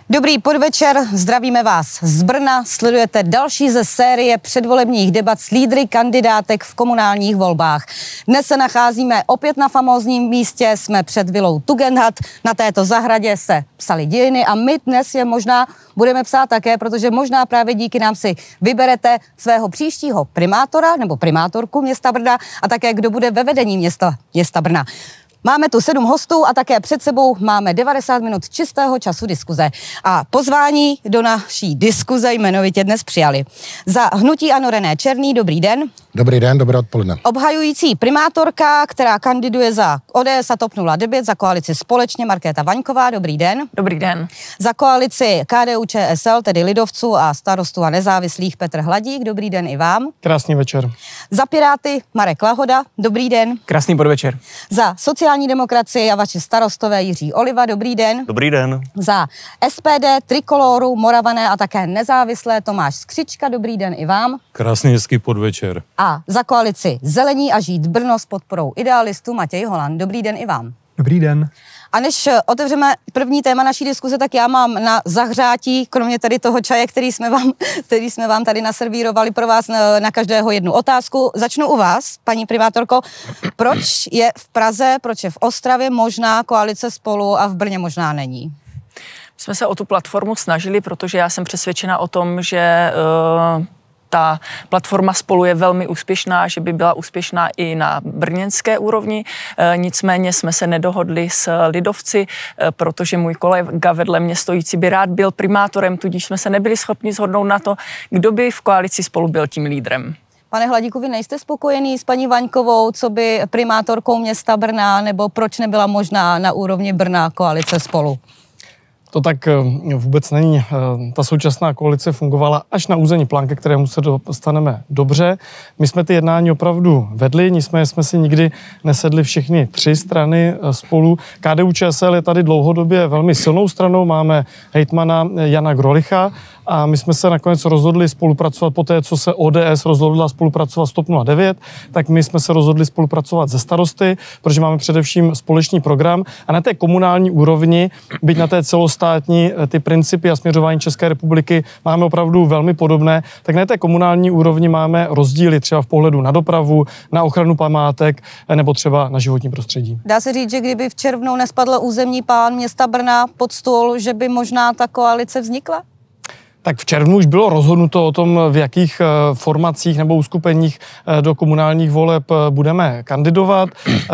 Dobrý podvečer, zdravíme vás z Brna, sledujete další ze série předvolebních debat s lídry kandidátek v komunálních volbách. Dnes se nacházíme opět na famózním místě, jsme před vilou Tugendhat, na této zahradě se psaly dějiny a my dnes je možná budeme psát také, protože možná právě díky nám si vyberete svého příštího primátora nebo primátorku města Brna a také kdo bude ve vedení města Brna. Máme tu 7 hostů a také před sebou máme 90 minut čistého času diskuze. A pozvání do naší diskuze jmenovitě dnes přijali. Za hnutí ANO René Černý, dobrý den. Dobrý den, dobré odpoledne. Obhajující primátorka, která kandiduje za ODS a TOP 09, za koalici Společně, Markéta Vaňková, dobrý den. Dobrý den. Za koalici KDU-ČSL, tedy lidovců a starostů a nezávislých, Petr Hladík, dobrý den i vám. Krásný večer. Za Piráty Marek Lahoda, dobrý den. Krásný podvečer. Za sociální demokracii a vaši starostové Jiří Oliva, dobrý den. Dobrý den. Za SPD, Trikoloru, Moravané a také nezávislé Tomáš Skřička, dobrý den i vám. Krásný hezký podvečer. A za koalici Zelení a Žít Brno s podporou idealistů Matěj Holan, dobrý den i vám. Dobrý den. A než otevřeme první téma naší diskuze, tak já mám na zahřátí, kromě tady toho čaje, který jsme vám tady naservírovali pro vás na každého jednu otázku. Začnu u vás, paní primátorko. Proč je v Praze, proč je v Ostravě možná koalice Spolu a v Brně možná není? Jsme se o tu platformu snažili, protože já jsem přesvědčena o tom, že ta platforma Spolu je velmi úspěšná, že by byla úspěšná i na brněnské úrovni. Nicméně jsme se nedohodli s lidovci, protože můj kolega vedle mě stojící by rád byl primátorem, tudíž jsme se nebyli schopni shodnout na to, kdo by v koalici Spolu byl tím lídrem. Pane Hladíku, vy nejste spokojený s paní Vaňkovou, co by primátorkou města Brna, nebo proč nebyla možná na úrovni Brna koalice Spolu? To tak vůbec není. Ta současná koalice fungovala až na území plán, ke kterému se dostaneme dobře. My jsme ty jednání opravdu vedli, nicméně jsme si nikdy nesedli všechny 3 strany Spolu. KDU-ČSL je tady dlouhodobě velmi silnou stranou, máme hejtmana Jana Grolicha a my jsme se nakonec rozhodli spolupracovat po té, co se ODS rozhodla spolupracovat s TOP 09, tak my jsme se rozhodli spolupracovat se starosty, protože máme především společný program a na té komunální úrovni, byť na té celostátní, ty principy a směřování České republiky máme opravdu velmi podobné, tak na té komunální úrovni máme rozdíly třeba v pohledu na dopravu, na ochranu památek nebo třeba na životní prostředí. Dá se říct, že kdyby v červnu nespadl územní plán města Brna pod stůl, že by možná ta koalice vznikla? Tak v červnu už bylo rozhodnuto o tom, v jakých formacích nebo uskupeních do komunálních voleb budeme kandidovat.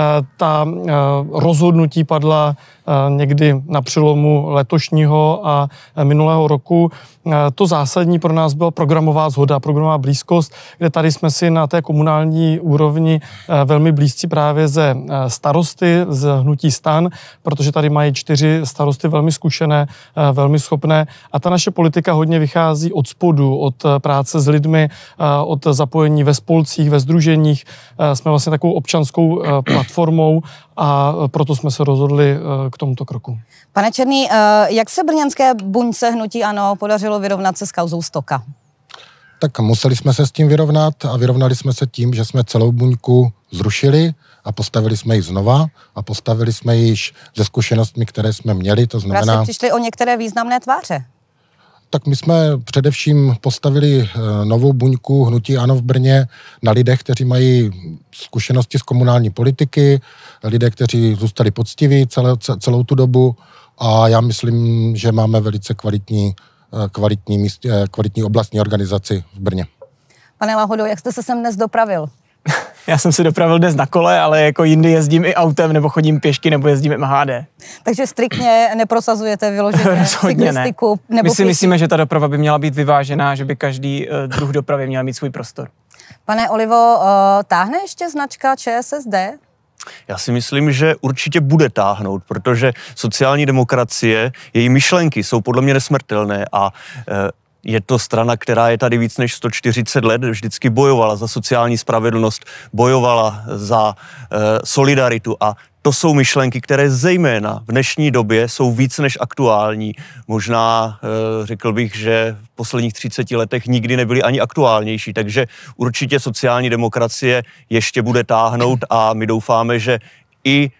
Ta rozhodnutí padla někdy na přelomu letošního a minulého roku. To zásadní pro nás byla programová shoda, programová blízkost, kde tady jsme si na té komunální úrovni velmi blízcí právě ze starosty, z hnutí STAN, protože tady mají 4 starosty velmi zkušené, velmi schopné a ta naše politika hodně vychází od spodu, od práce s lidmi, od zapojení ve spolcích, ve sdruženích. Jsme vlastně takovou občanskou platformou a proto jsme se rozhodli k tomuto kroku. Pane Černý, jak se brněnské buňce hnutí ANO podařilo vyrovnat se s kauzou Stoka? Tak museli jsme se s tím vyrovnat a vyrovnali jsme se tím, že jsme celou buňku zrušili a postavili jsme ji znova a postavili jsme ji již se zkušenostmi, které jsme měli, to znamená... Právě přišli o některé významné tváře. Tak my jsme především postavili novou buňku hnutí ANO v Brně na lidech, kteří mají zkušenosti z komunální politiky, lidé, kteří zůstali poctiví celou tu dobu a já myslím, že máme velice kvalitní oblastní organizaci v Brně. Pane Lahodo, jak jste se sem dnes dopravil? Já jsem se dopravil dnes na kole, ale jako jindy jezdím i autem, nebo chodím pěšky, nebo jezdím MHD. Takže striktně neprosazujete vyloženě cyklistiku? Ne. My si myslíme, že ta doprava by měla být vyvážená, že by každý druh dopravy měl mít svůj prostor. Pane Olivo, táhne ještě značka ČSSD? Já si myslím, že určitě bude táhnout, protože sociální demokracie, její myšlenky jsou podle mě nesmrtelné a je to strana, která je tady víc než 140 let, vždycky bojovala za sociální spravedlnost, bojovala za solidaritu a to jsou myšlenky, které zejména v dnešní době jsou víc než aktuální. Možná řekl bych, že v posledních 30 letech nikdy nebyly ani aktuálnější, takže určitě sociální demokracie ještě bude táhnout a my doufáme, že i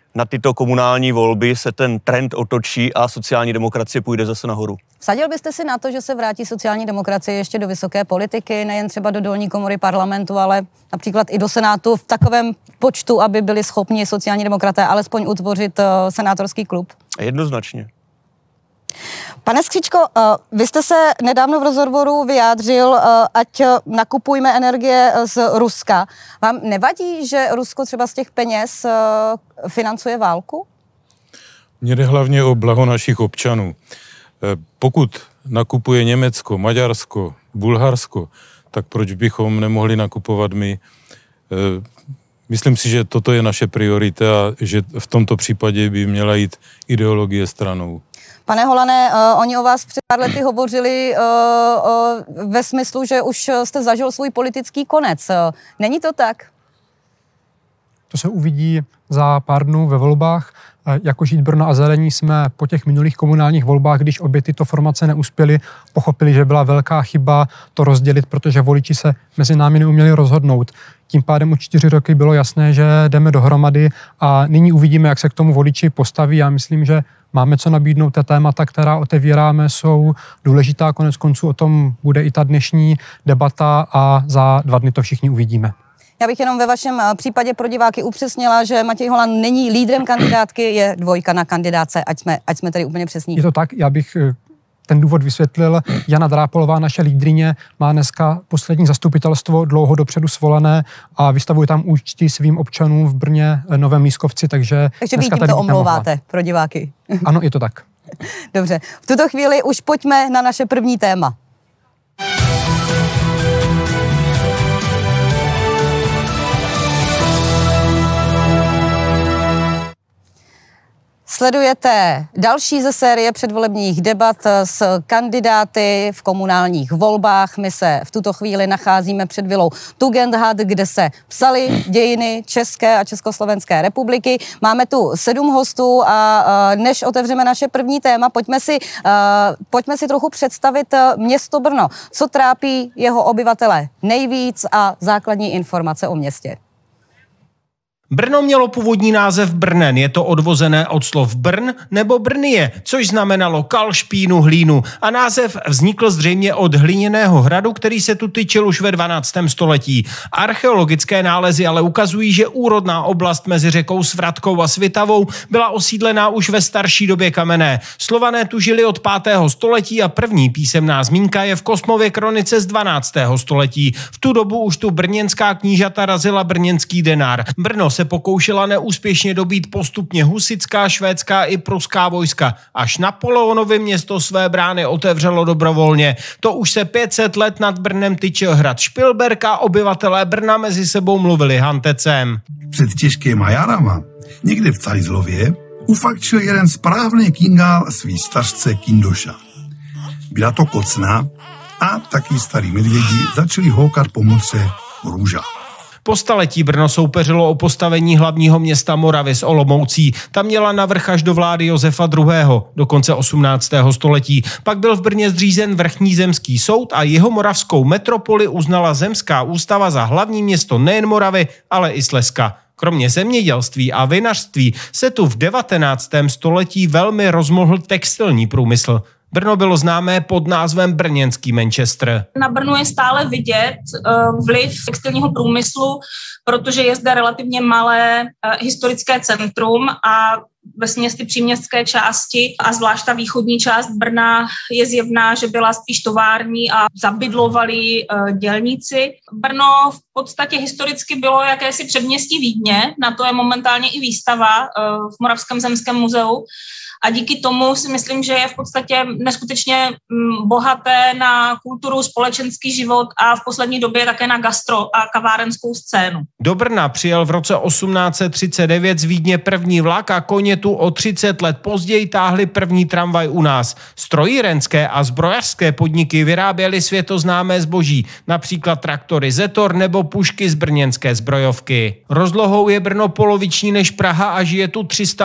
na tyto komunální volby se ten trend otočí a sociální demokracie půjde zase nahoru. Vsadil byste si na to, že se vrátí sociální demokracie ještě do vysoké politiky, nejen třeba do dolní komory parlamentu, ale například i do Senátu v takovém počtu, aby byli schopni sociální demokraté alespoň utvořit senátorský klub? Jednoznačně. Pane Skřičko, vy jste se nedávno v rozhovoru vyjádřil, ať nakupujme energie z Ruska. Vám nevadí, že Rusko třeba z těch peněz financuje válku? Mně jde hlavně o blaho našich občanů. Pokud nakupuje Německo, Maďarsko, Bulharsko, tak proč bychom nemohli nakupovat my? Myslím si, že toto je naše priorita a že v tomto případě by měla jít ideologie stranou. Pane Holané, oni o vás před pár lety hovořili ve smyslu, že už jste zažil svůj politický konec. Není to tak? To se uvidí za pár dnů ve volbách. Jako Žít Brno a Zelení jsme po těch minulých komunálních volbách, když obě tyto formace neuspěly, pochopili, že byla velká chyba to rozdělit, protože voliči se mezi námi neuměli rozhodnout. Tím pádem už 4 roky bylo jasné, že jdeme dohromady a nyní uvidíme, jak se k tomu voliči postaví. Já myslím, že máme co nabídnout. Ta témata, která otevíráme, jsou důležitá. Konec konců o tom bude i ta dnešní debata a za 2 dny to všichni uvidíme. Já bych jenom ve vašem případě pro diváky upřesnila, že Matěj Holan není lídrem kandidátky, je 2 na kandidáce, ať jsme tady úplně přesní. Je to tak, já bych ten důvod vysvětlil. Jana Drápolová, naše lídryně, má dneska poslední zastupitelstvo dlouho dopředu svolané a vystavuje tam účty svým občanům v Brně, Novém Lískovci, takže vy tím to omlouváte pro diváky. Ano, je to tak. Dobře, v tuto chvíli už pojďme na naše první téma. Sledujete další ze série předvolebních debat s kandidáty v komunálních volbách. My se v tuto chvíli nacházíme před vilou Tugendhat, kde se psaly dějiny České a Československé republiky. Máme tu 7 hostů a než otevřeme naše první téma, pojďme si trochu představit město Brno. Co trápí jeho obyvatele nejvíc a základní informace o městě. Brno mělo původní název Brnen, je to odvozené od slov Brn nebo Brnie, což znamenalo kal, špínu, hlínu a název vznikl zřejmě od hliněného hradu, který se tu tyčil už ve 12. století. Archeologické nálezy ale ukazují, že úrodná oblast mezi řekou Svratkou a Svitavou byla osídlená už ve starší době kamenné. Slované tu žili od 5. století a první písemná zmínka je v Kosmově kronice z 12. století. V tu dobu už tu brněnská knížata razila brněnský denár. Brno se pokoušela neúspěšně dobít postupně husitská, švédská i pruská vojska. Až Napoleonovi město své brány otevřelo dobrovolně. To už se 500 let nad Brnem tyčil hrad Špilberk a obyvatelé Brna mezi sebou mluvili hantecem. Před těžkýma jarama, někde v Cajzlově, ufakčil jeden správný kingál svý stařce Kindoša. Byla to kocna a taky starý medvědi začali houkat po motře růža. Po staletí Brno soupeřilo o postavení hlavního města Moravy s Olomoucí. Ta měla navrch až do vlády Josefa II. Do konce 18. století. Pak byl v Brně zřízen vrchní zemský soud a jeho moravskou metropoli uznala zemská ústava za hlavní město nejen Moravy, ale i Slezska. Kromě zemědělství a vinařství se tu v 19. století velmi rozmohl textilní průmysl. Brno bylo známé pod názvem Brněnský Manchester. Na Brnu je stále vidět vliv textilního průmyslu, protože je zde relativně malé historické centrum a vesměs ty příměstské části a zvlášť ta východní část Brna je zjevná, že byla spíš tovární a zabydlovali dělníci. Brno v podstatě historicky bylo jakési předměstí Vídně, na to je momentálně i výstava v Moravském zemském muzeu. A díky tomu si myslím, že je v podstatě neskutečně bohaté na kulturu, společenský život a v poslední době také na gastro a kavárenskou scénu. Do Brna přijel v roce 1839 z Vídně první vlak a koně tu o 30 let později táhli první tramvaj u nás. Strojírenské a zbrojařské podniky vyráběly světoznámé zboží, například traktory Zetor nebo pušky z brněnské zbrojovky. Rozlohou je Brno poloviční než Praha a žije tu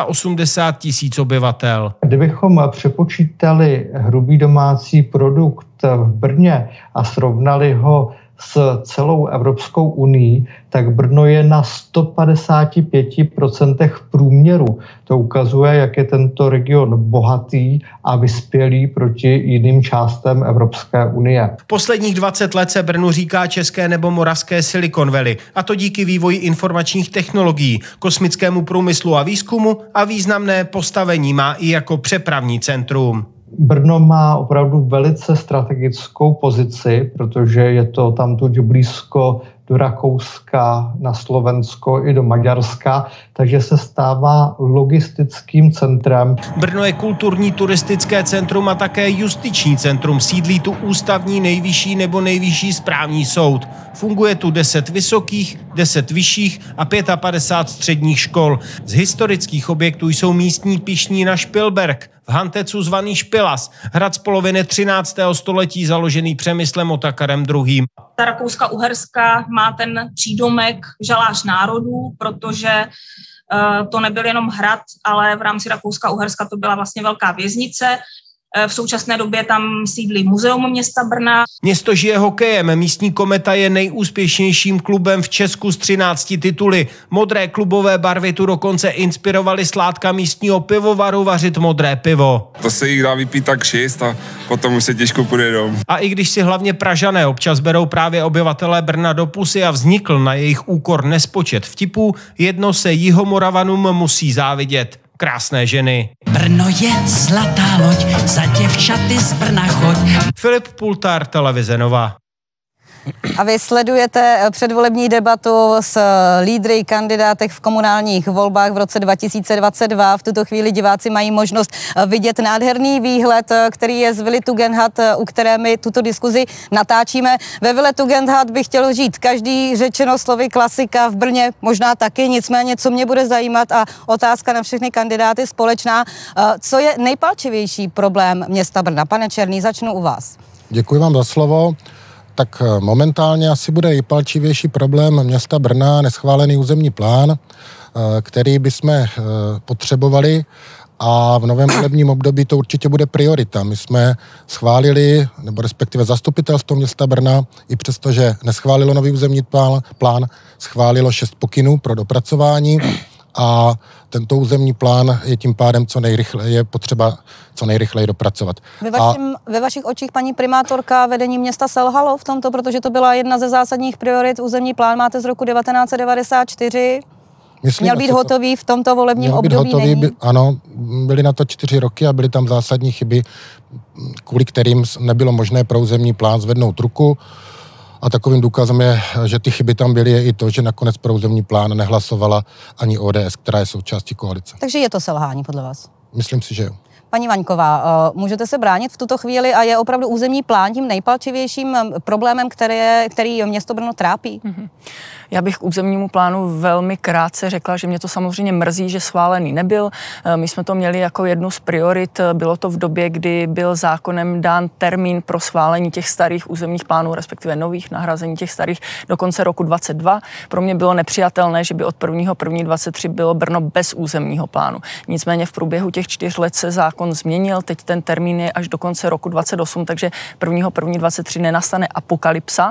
380 000 obyvatel. Kdybychom přepočítali hrubý domácí produkt v Brně a srovnali ho s celou Evropskou unii, tak Brno je na 155% v průměru. To ukazuje, jak je tento region bohatý a vyspělý proti jiným částem Evropské unie. Posledních 20 let se Brnu říká české nebo moravské Silicon Valley, a to díky vývoji informačních technologií, kosmickému průmyslu a výzkumu, a významné postavení má i jako přepravní centrum. Brno má opravdu velice strategickou pozici, protože je to tamtud blízko do Rakouska, na Slovensko i do Maďarska, takže se stává logistickým centrem. Brno je kulturní turistické centrum a také justiční centrum. Sídlí tu ústavní, nejvyšší nebo nejvyšší správní soud. Funguje tu 10 vysokých, 10 vyšších a 55 středních škol. Z historických objektů jsou místní pišní na Špilberk, v Hantecu zvaný Špilas, hrad z poloviny 13. století založený Přemyslem Otakarem II. Ta Rakouska-Uherská má ten přídomek žalář národů, protože to nebyl jenom hrad, ale v rámci Rakouska-Uherska to byla vlastně velká věznice. V současné době tam sídlí Muzeum města Brna. Město žije hokejem. Místní Kometa je nejúspěšnějším klubem v Česku s 13 tituly. Modré klubové barvy tu dokonce inspirovaly Sládka místního pivovaru vařit modré pivo. To se jí dá vypít tak 6 a potom už se těžko půjde domů. A i když si hlavně Pražané občas berou právě obyvatelé Brna do pusy a vznikl na jejich úkor nespočet vtipů, jedno se Jihomoravanům musí závidět. Krásné ženy. Brno je zlatá loď, za děvčaty z Brna choď. Filip Pultár, televize Nova. A vy sledujete předvolební debatu s lídry kandidátek v komunálních volbách v roce 2022. V tuto chvíli diváci mají možnost vidět nádherný výhled, který je z Vily Tugendhat, u které my tuto diskuzi natáčíme. Ve Vile Tugendhat bych chtěl žít každý, řečeno slovy klasika, v Brně možná taky, nicméně co mě bude zajímat a otázka na všechny kandidáty společná. Co je nejpalčivější problém města Brna? Pane Černý, začnu u vás. Děkuji vám za slovo. Tak momentálně asi bude nejpalčivější problém města Brna neschválený územní plán, který bychom potřebovali, a v novém volebním období to určitě bude priorita. My jsme schválili, nebo respektive zastupitelstvo města Brna, i přesto, že neschválilo nový územní plán, schválilo 6 pokynů pro dopracování, a tento územní plán je tím pádem je potřeba co nejrychleji dopracovat. Ve vašich očích, paní primátorka, vedení města selhalo v tomto, protože to byla jedna ze zásadních priorit. Územní plán máte z roku 1994. Měl být hotový v tomto volebním období, Ano, byly na to 4 roky a byly tam zásadní chyby, kvůli kterým nebylo možné pro územní plán zvednout ruku. A takovým důkazem je, že ty chyby tam byly, je i to, že nakonec pro územní plán nehlasovala ani ODS, která je součástí koalice. Takže je to selhání podle vás? Myslím si, že jo. Paní Vaňková, můžete se bránit v tuto chvíli a je opravdu územní plán tím nejpalčivějším problémem, který město Brno trápí? Já bych k územnímu plánu velmi krátce řekla, že mě to samozřejmě mrzí, že schválený nebyl. My jsme to měli jako jednu z priorit. Bylo to v době, kdy byl zákonem dán termín pro schválení těch starých územních plánů, respektive nových, nahrazení těch starých do konce roku 2022. Pro mě bylo nepřijatelné, že by od 1.1.23 bylo Brno bez územního plánu. Nicméně v průběhu těch 4 let se zákon změnil, teď ten termín je až do konce roku 2028, takže 1.1.23 nenastane apokalypsa.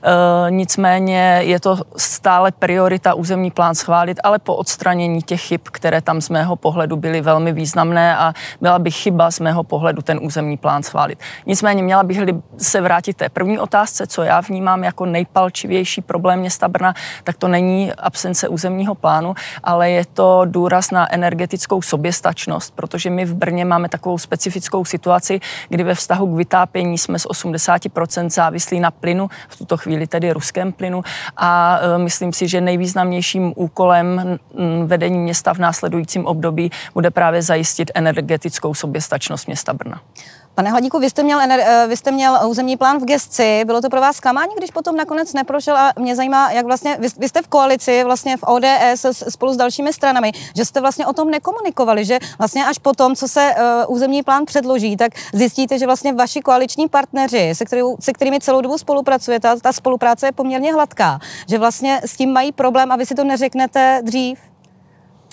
Nicméně je to stále priorita územní plán schválit, ale po odstranění těch chyb, které tam z mého pohledu byly velmi významné, a byla by chyba z mého pohledu ten územní plán schválit. Nicméně měla bych se vrátit té první otázce, co já vnímám jako nejpalčivější problém města Brna, tak to není absence územního plánu, ale je to důraz na energetickou soběstačnost, protože my v Brně máme takovou specifickou situaci, kdy ve vztahu k vytápění jsme z 80% závislí na plynu, v tuto chvíli tedy ruském plynu, a myslím si, že nejvýznamnějším úkolem vedení města v následujícím období bude právě zajistit energetickou soběstačnost města Brna. Pane Hladíku, vy jste měl územní plán v gesci, bylo to pro vás zklamání, když potom nakonec neprošel, a mě zajímá, jak vlastně, vy jste v koalici vlastně v ODS spolu s dalšími stranami, že jste vlastně o tom nekomunikovali, že vlastně až potom, co se územní plán předloží, tak zjistíte, že vlastně vaši koaliční partneři, se kterými celou dobu spolupracujete, ta spolupráce je poměrně hladká, že vlastně s tím mají problém a vy si to neřeknete dřív.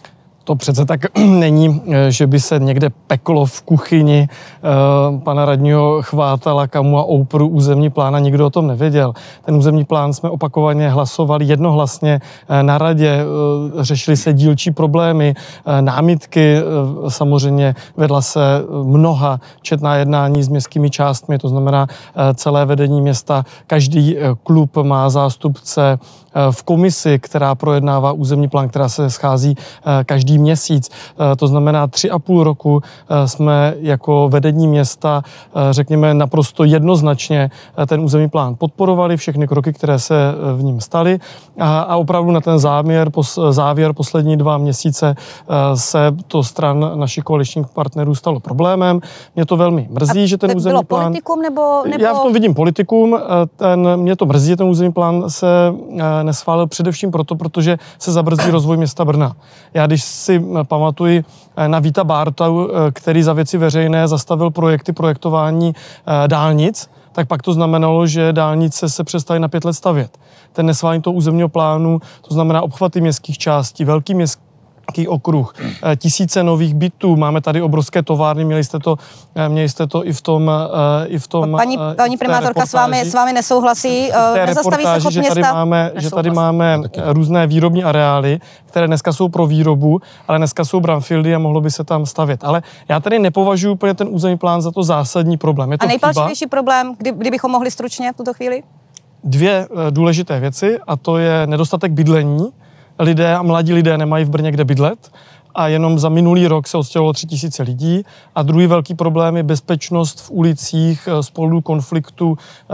To přece tak není, že by se někde peklo v kuchyni pana radního Chvátala, Kamu a Oupru územní plán a nikdo o tom nevěděl. Ten územní plán jsme opakovaně hlasovali jednohlasně na radě, řešily se dílčí problémy, námitky, samozřejmě vedla se mnoha četná jednání s městskými částmi, to znamená celé vedení města, každý klub má zástupce v komisi, která projednává územní plán, která se schází každý měsíc. To znamená 3,5 roku jsme jako vedení města, řekněme, naprosto jednoznačně ten územní plán podporovali, všechny kroky, které se v něm staly a opravdu na ten závěr poslední 2 měsíce se to stran našich koaličních partnerů stalo problémem. Mě to velmi mrzí, že ten územní plán... Politikum nebo... Já v tom vidím politikum, mě to mrzí, že ten územní plán se neschválil především proto, protože se zabrzdí rozvoj města Brna. Já když si pamatuji na Víta Bárta, který za Věci veřejné zastavil projektování dálnic, tak pak to znamenalo, že dálnice se přestaly na 5 let stavět. Ten neschválení toho územního plánu, to znamená obchvaty městských částí, velký městský okruh, tisíce nových bytů, máme tady obrovské továrny, měli jste to i v tom Paní primátorka s vámi nesouhlasí, nezastaví se chod města. Že tady máme různé výrobní areály, které dneska jsou pro výrobu, ale dneska jsou brownfieldy a mohlo by se tam stavět. Ale já tady nepovažuji úplně ten územní plán za to zásadní problém. Je to nejpalčivější problém, kdybychom mohli stručně v tuto chvíli? 2 důležité věci, a to je nedostatek bydlení. Lidé a mladí lidé nemají v Brně kde bydlet a jenom za minulý rok se odstěhovalo 3 000 lidí. A druhý velký problém je bezpečnost v ulicích z pohledu konfliktu,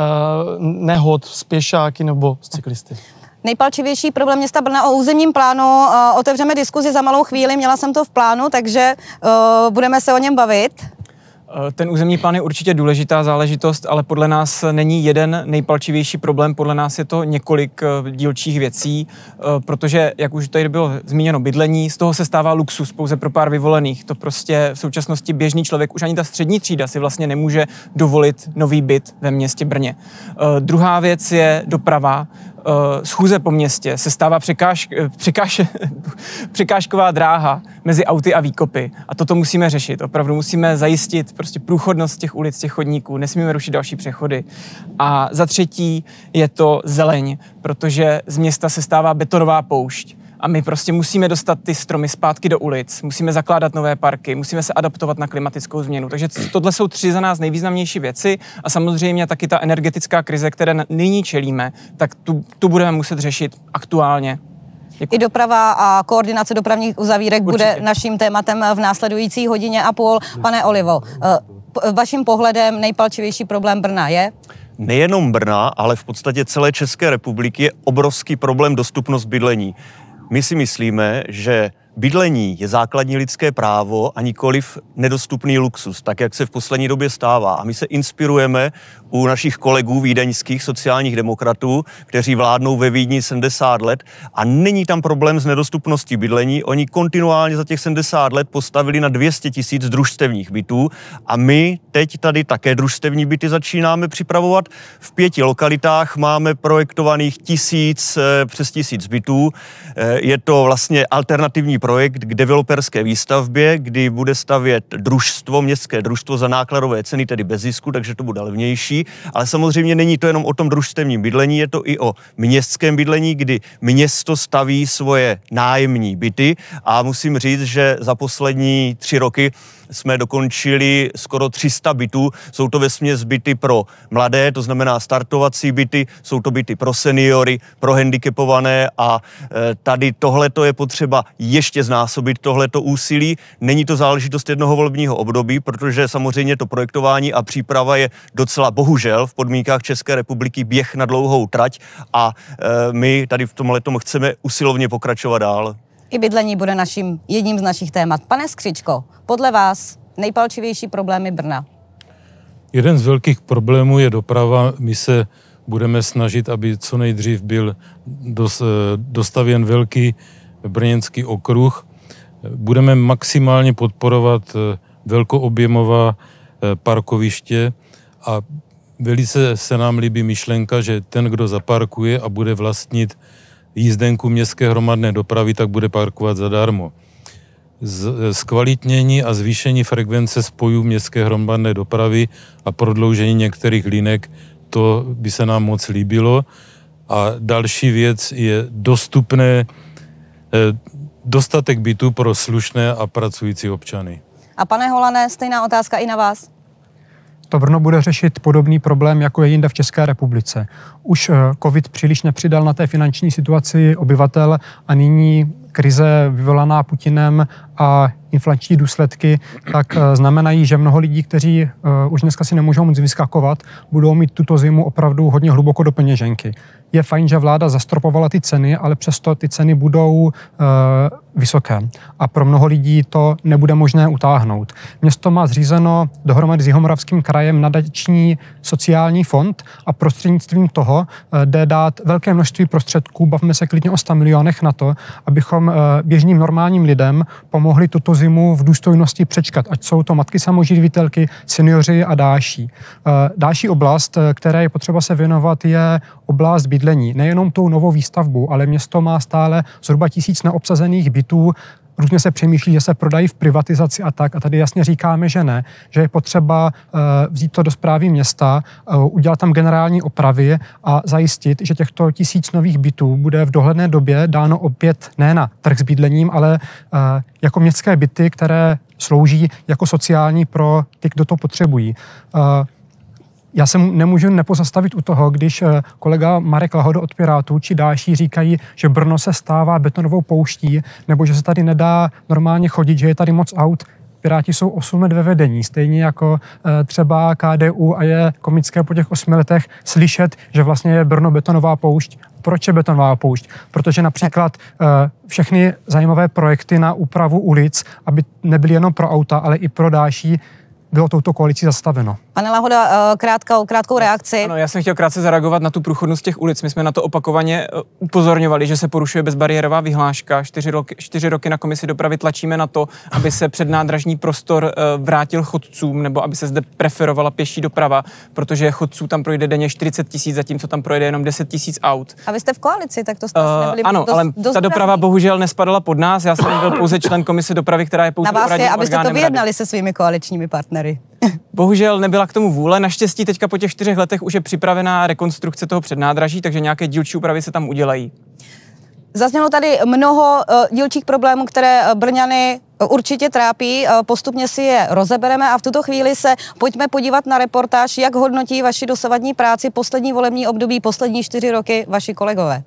nehod s pěšáky nebo s cyklisty. Nejpalčivější problém města Brna o územním plánu. Otevřeme diskuzi za malou chvíli, měla jsem to v plánu, takže budeme se o něm bavit. Ten územní plán je určitě důležitá záležitost, ale podle nás není jeden nejpalčivější problém, podle nás je to několik dílčích věcí, protože, jak už tady bylo zmíněno, bydlení, z toho se stává luxus pouze pro pár vyvolených. To prostě v současnosti běžný člověk, už ani ta střední třída si vlastně nemůže dovolit nový byt ve městě Brně. Druhá věc je doprava. Schůze po městě se stává překážková dráha mezi auty a výkopy. A toto musíme řešit. Opravdu musíme zajistit prostě průchodnost těch ulic, těch chodníků. Nesmíme rušit další přechody. A za třetí je to zeleň, protože z města se stává betonová poušť. A my prostě musíme dostat ty stromy zpátky do ulic, musíme zakládat nové parky, musíme se adaptovat na klimatickou změnu. Takže tohle jsou 3 za nás nejvýznamnější věci a samozřejmě taky ta energetická krize, které nyní čelíme, tak tu budeme muset řešit aktuálně. Děkuji. I doprava a koordinace dopravních uzavírek bude naším tématem v následující hodině a půl. Pane Olivo, vaším pohledem nejpalčivější problém Brna je? Nejenom Brna, ale v podstatě celé České republiky je obrovský problém dostupnost bydlení. My si myslíme, že bydlení je základní lidské právo a nikoliv nedostupný luxus, tak jak se v poslední době stává. A my se inspirujeme u našich kolegů vídeňských sociálních demokratů, kteří vládnou ve Vídni 70 let a není tam problém s nedostupností bydlení. Oni kontinuálně za těch 70 let postavili na 200 000 družstevních bytů a my teď tady také družstevní byty začínáme připravovat. V 5 lokalitách máme projektovaných přes 1000 bytů. Je to vlastně alternativní projekt k developerské výstavbě, kdy bude stavět městské družstvo za nákladové ceny, tedy bez zisku, takže to bude levnější. Ale samozřejmě není to jenom o tom družstevním bydlení, je to i o městském bydlení, kdy město staví svoje nájemní byty a musím říct, že za poslední 3 roky jsme dokončili skoro 300 bytů. Jsou to vesměs byty pro mladé, to znamená startovací byty, jsou to byty pro seniory, pro handicapované a tady tohleto je potřeba ještě znásobit, tohleto úsilí. Není to záležitost jednoho volebního období, protože samozřejmě to projektování a příprava je docela bohužel v podmínkách České republiky běh na dlouhou trať a my tady v tomhletom chceme usilovně pokračovat dál. I bydlení bude jedním z našich témat. Pane Skřičko, podle vás nejpalčivější problémy Brna? Jeden z velkých problémů je doprava. My se budeme snažit, aby co nejdřív byl dostavěn velký brněnský okruh. Budeme maximálně podporovat velkoobjemová parkoviště a velice se nám líbí myšlenka, že ten, kdo zaparkuje a bude vlastnit jízdenku městské hromadné dopravy, tak bude parkovat zadarmo. zkvalitnění a zvýšení frekvence spojů městské hromadné dopravy a prodloužení některých linek, to by se nám moc líbilo. A další věc je dostatek bytů pro slušné a pracující občany. A pane Holané, stejná otázka i na vás. To Brno bude řešit podobný problém, jako je jinde v České republice. Už covid příliš nepřidal na té finanční situaci obyvatel a nyní krize vyvolaná Putinem a inflační důsledky, tak znamenají, že mnoho lidí, kteří už dneska si nemůžou moc vyskakovat, budou mít tuto zimu opravdu hodně hluboko do peněženky. Je fajn, že vláda zastropovala ty ceny, ale přesto ty ceny budou vysoké. A pro mnoho lidí to nebude možné utáhnout. Město má zřízeno dohromady s Jihomoravským krajem nadační sociální fond a prostřednictvím toho jde dát velké množství prostředků, bavíme se klidně o 100 milionech na to, abychom běžným normálním lidem pomohli tuto zimu v důstojnosti přečkat, ať jsou to matky samoživitelky, seniori a další. Další oblast, které je potřeba se věnovat, je oblast bydlení. Nejenom tou novou výstavbu, ale město má stále zhruba 1000 neobsazených bytů. Různě se přemýšlí, že se prodají v privatizaci a tak. A tady jasně říkáme, že ne. Že je potřeba vzít to do správy města, udělat tam generální opravy a zajistit, že těchto 1000 nových bytů bude v dohledné době dáno opět ne na trh s bydlením, ale jako městské byty, které slouží jako sociální pro ty, kdo to potřebují. Já se nemůžu nepozastavit u toho, když kolega Marek Lahoda od Pirátů či další říkají, že Brno se stává betonovou pouští, nebo že se tady nedá normálně chodit, že je tady moc aut. Piráti jsou 8 let ve vedení, stejně jako třeba KDU, a je komické po těch 8 letech slyšet, že vlastně je Brno betonová poušť. Proč je betonová poušť? Protože například všechny zajímavé projekty na úpravu ulic, aby nebyly jenom pro auta, ale i pro další, bylo touto koalicí zastaveno. Pane Lahoda, krátkou reakci. Ano, já jsem chtěl krátce zareagovat na tu průchodnost těch ulic. My jsme na to opakovaně upozorňovali, že se porušuje bezbariérová vyhláška. 4 roky na komisi dopravy tlačíme na to, aby se přednádražní prostor vrátil chodcům, nebo aby se zde preferovala pěší doprava, protože chodců tam projde denně 40 000, zatímco tam projde jenom 10 000 aut. A vy jste v koalici, tak to jste nebyli ano, ale ta doprava bohužel nespadala pod nás. Já jsem byl pouze člen komise dopravy, která je pouze na vás je, abyste to vyjednali rady se svými koaličními partnery. Bohužel nebyla k tomu vůle. Naštěstí teďka po těch 4 letech už je připravená rekonstrukce toho přednádraží, takže nějaké dílčí úpravy se tam udělají. Zaznělo tady mnoho dílčích problémů, které Brňany určitě trápí. Postupně si je rozebereme a v tuto chvíli se pojďme podívat na reportáž, jak hodnotí vaši dosavadní práci poslední volební období, poslední 4 roky vaši kolegové.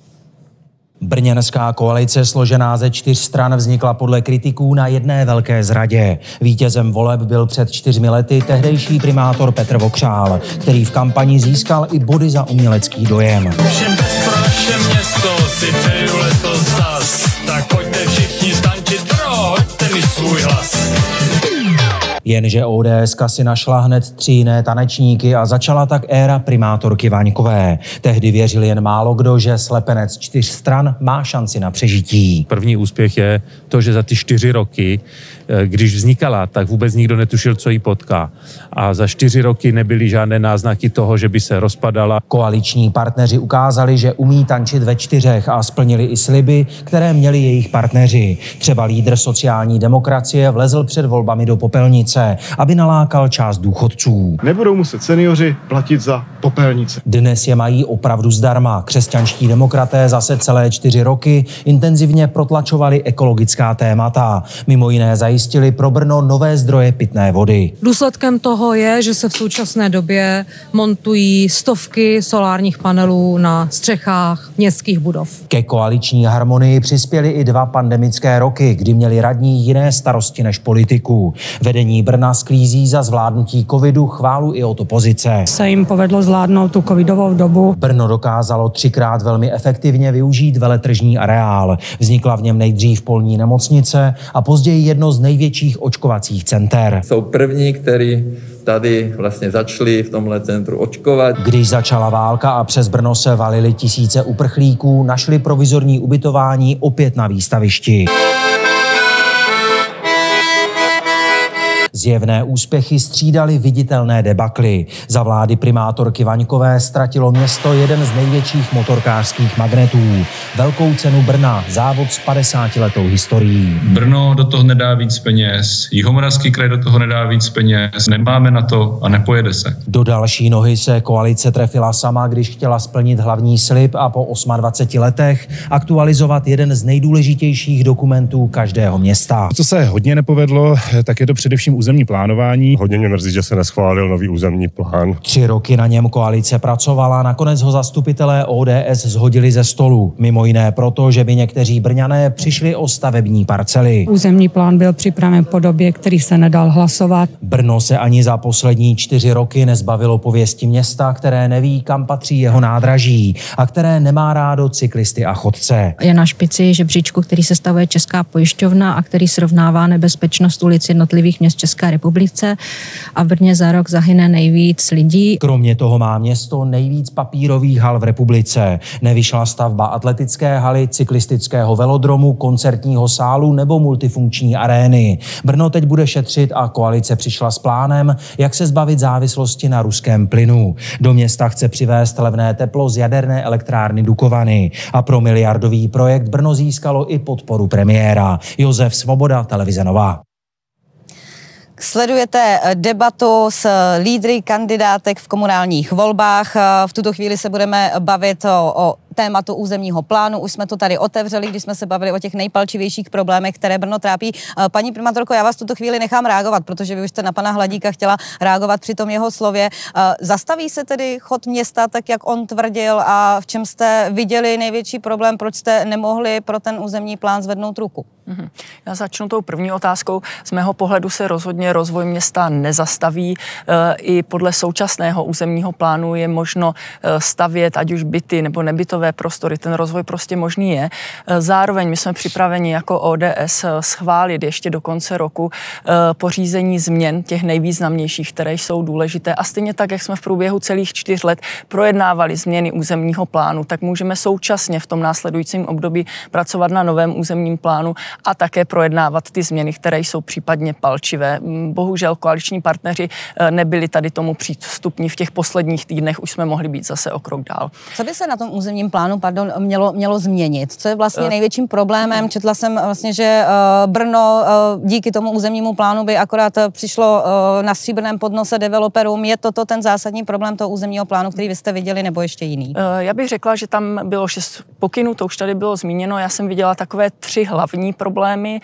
Brněnská koalice složená ze 4 stran vznikla podle kritiků na jedné velké zradě. Vítězem voleb byl před 4 lety tehdejší primátor Petr Vokřál, který v kampani získal i body za umělecký dojem. Všem bez pro naše město si přeju letos zas, tak pojďte všichni stančit, hoďte mi svůj hlas. Jenže ODSka si našla hned 3 jiné tanečníky a začala tak éra primátorky Vaňkové. Tehdy věřil jen málo kdo, že slepenec 4 stran má šanci na přežití. První úspěch je to, že za ty 4 roky, když vznikala, tak vůbec nikdo netušil, co jí potká. A za 4 roky nebyly žádné náznaky toho, že by se rozpadala. Koaliční partneři ukázali, že umí tančit ve 4 a splnili i sliby, které měli jejich partneři. Třeba lídr sociální demokracie vlezl před volbami do popelnice, aby nalákal část důchodců. Nebudou muset seniori platit za popelnice. Dnes je mají opravdu zdarma. Křesťanští demokraté zase celé 4 roky intenzivně protlačovali ekologická témata. Mimo jiné zajistili pro Brno nové zdroje pitné vody. Důsledkem toho je, že se v současné době montují stovky solárních panelů na střechách městských budov. Ke koaliční harmonii přispěly i 2 pandemické roky, kdy měli radní jiné starosti než politiku. Vedení Brna sklízí za zvládnutí covidu chválu i od opozice. Se jim povedlo zvládnout tu covidovou dobu. Brno dokázalo 3krát velmi efektivně využít veletržní areál. Vznikla v něm nejdřív polní nemocnice a později jedno z největších očkovacích center. Jsou první, kteří tady vlastně začali v tomhle centru očkovat. Když začala válka a přes Brno se valily tisíce uprchlíků, našli provizorní ubytování opět na výstavišti. Zjevné úspěchy střídaly viditelné debakly. Za vlády primátorky Vaňkové ztratilo město jeden z největších motorkářských magnetů. Velkou cenu Brna, závod s 50letou historií. Brno do toho nedá víc peněz, Jihomoravský kraj do toho nedá víc peněz, nemáme na to a nepojede se. Do další nohy se koalice trefila sama, když chtěla splnit hlavní slib a po 28 letech aktualizovat jeden z nejdůležitějších dokumentů každého města. Co se hodně nepovedlo, tak je to především územní plánování. Hodně mě mrzí, že se neschválil nový územní plán. 3 roky na něm koalice pracovala, nakonec ho zastupitelé ODS zhodili ze stolu. Mimo jiné proto, že by někteří Brňané přišli o stavební parcely. Územní plán byl připraven v podobě, který se nedal hlasovat. Brno se ani za poslední 4 roky nezbavilo pověsti města, které neví, kam patří jeho nádraží a které nemá rádo cyklisty a chodce. Je na špici žebříčku, který sestavuje Česká pojišťovna a který srovnává nebezpečnost ulic jednotlivých měst České republice a v Brně za rok zahyne nejvíc lidí. Kromě toho má město nejvíc papírových hal v republice. Nevyšla stavba atletické haly, cyklistického velodromu, koncertního sálu nebo multifunkční arény. Brno teď bude šetřit a koalice přišla s plánem, jak se zbavit závislosti na ruském plynu. Do města chce přivést levné teplo z jaderné elektrárny Dukovany. A pro miliardový projekt Brno získalo i podporu premiéra. Josef Svoboda, televize Nova. Sledujete debatu s lídry kandidátek v komunálních volbách. V tuto chvíli se budeme bavit o tématu územního plánu. Už jsme to tady otevřeli, když jsme se bavili o těch nejpalčivějších problémech, které Brno trápí. Paní primátorko, já vás v tuto chvíli nechám reagovat, protože vy už jste na pana Hladíka chtěla reagovat při tom jeho slově. Zastaví se tedy chod města tak, jak on tvrdil, a v čem jste viděli největší problém, proč jste nemohli pro ten územní plán zvednout ruku? Já začnu tou první otázkou. Z mého pohledu se rozhodně rozvoj města nezastaví. I podle současného územního plánu je možno stavět ať už byty nebo nebytové prostory. Ten rozvoj prostě možný je. Zároveň my jsme připraveni jako ODS schválit ještě do konce roku pořízení změn těch nejvýznamnějších, které jsou důležité. A stejně tak, jak jsme v průběhu celých 4 let projednávali změny územního plánu, tak můžeme současně v tom následujícím období pracovat na novém územním plánu a také projednávat ty změny, které jsou případně palčivé. Bohužel koaliční partneři nebyli tady tomu přístupní v těch posledních týdnech, už jsme mohli být zase o krok dál. Co by se na tom územním plánu mělo změnit? Co je vlastně největším problémem? Četla jsem vlastně, že Brno díky tomu územnímu plánu by akorát přišlo na stříbrném podnose developerům. Je toto ten zásadní problém toho územního plánu, který vy jste viděli, nebo ještě jiný? Já bych řekla, že tam bylo 6 pokynů, to už tady bylo zmíněno. Já jsem viděla takové 3 hlavní problémy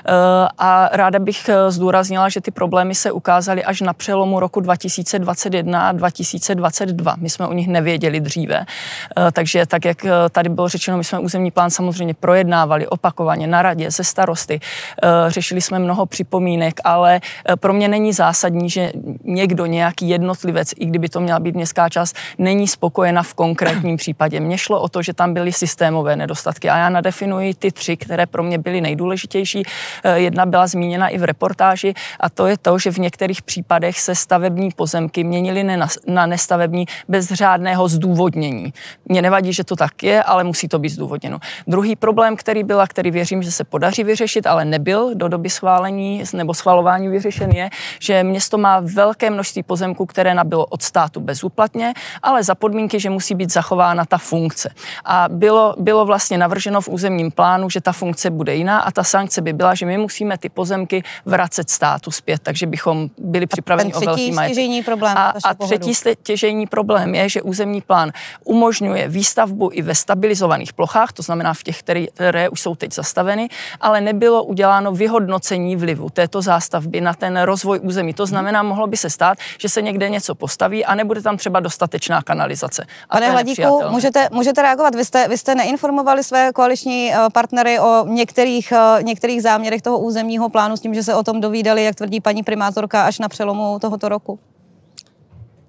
a ráda bych zdůraznila, že ty problémy se ukázaly až na přelomu roku 2021 a 2022. My jsme o nich nevěděli dříve. Takže tak, jak tady bylo řečeno, my jsme územní plán samozřejmě projednávali opakovaně na radě se starosty. Řešili jsme mnoho připomínek, ale pro mě není zásadní, že někdo, nějaký jednotlivec, i kdyby to měla být městská část, není spokojena v konkrétním případě. Mně šlo o to, že tam byly systémové nedostatky a já nadefinuji ty 3, které pro mě byly nejdůležitější. Jedna byla zmíněna i v reportáži a to je to, že v některých případech se stavební pozemky měnily na nestavební bez řádného zdůvodnění. Mně nevadí, že to tak je, ale musí to být zdůvodněno. Druhý problém, který věřím, že se podaří vyřešit, ale nebyl do doby schválení nebo schvalování vyřešen, je, že město má velké množství pozemků, které nabylo od státu bezúplatně, ale za podmínky, že musí být zachována ta funkce. A bylo vlastně navrženo v územním plánu, že ta funkce bude jiná a ta sankce by byla, že my musíme ty pozemky vracet státu zpět, takže bychom byli připraveni o velký majetek. A třetí stěžejní problém je, že územní plán umožňuje výstavbu i ve stabilizovaných plochách, to znamená v těch, které už jsou teď zastaveny, ale nebylo uděláno vyhodnocení vlivu této zástavby na ten rozvoj území. To znamená, mohlo by se stát, že se někde něco postaví a nebude tam třeba dostatečná kanalizace. Pane Hladíku, můžete reagovat? Vy jste neinformovali své koaliční partnery o některých záměrech toho územního plánu s tím, že se o tom dovídali, jak tvrdí paní primátorka, až na přelomu tohoto roku?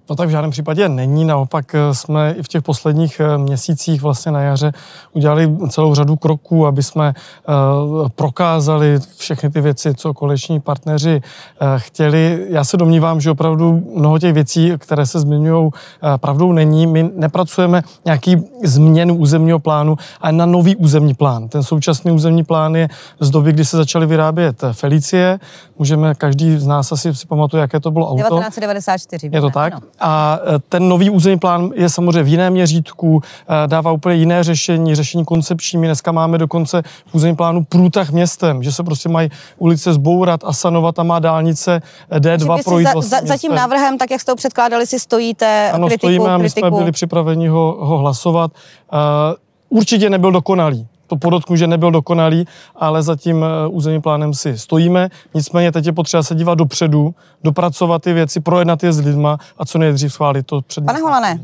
No tak v žádném případě není, naopak jsme i v těch posledních měsících vlastně na jaře udělali celou řadu kroků, aby jsme prokázali všechny ty věci, co koaliční partneři chtěli. Já se domnívám, že opravdu mnoho těch věcí, které se zmiňují, pravdou není. My nepracujeme nějaký změnu územního plánu, ale na nový územní plán. Ten současný územní plán je z doby, kdy se začaly vyrábět Felicie. Můžeme, každý z nás asi si pamatuje, jaké to bylo auto. 1994. Je to tak? Ano. A ten nový územní plán je samozřejmě v jiném měřítku, dává úplně jiné řešení koncepční. My dneska máme dokonce v územním plánu průtah městem, že se prostě mají ulice zbourat a sanovat a má dálnice D2 projít za tím návrhem, tak jak jste ho předkládali, si stojíte ano, kritiku? Stojíme a my jsme byli připraveni ho hlasovat. Určitě nebyl dokonalý. To podotknu, že nebyl dokonalý, ale za tím územním plánem si stojíme. Nicméně teď je potřeba se dívat dopředu, dopracovat ty věci, projednat je s lidma a co nejdřív schválit to před. Pane Holané.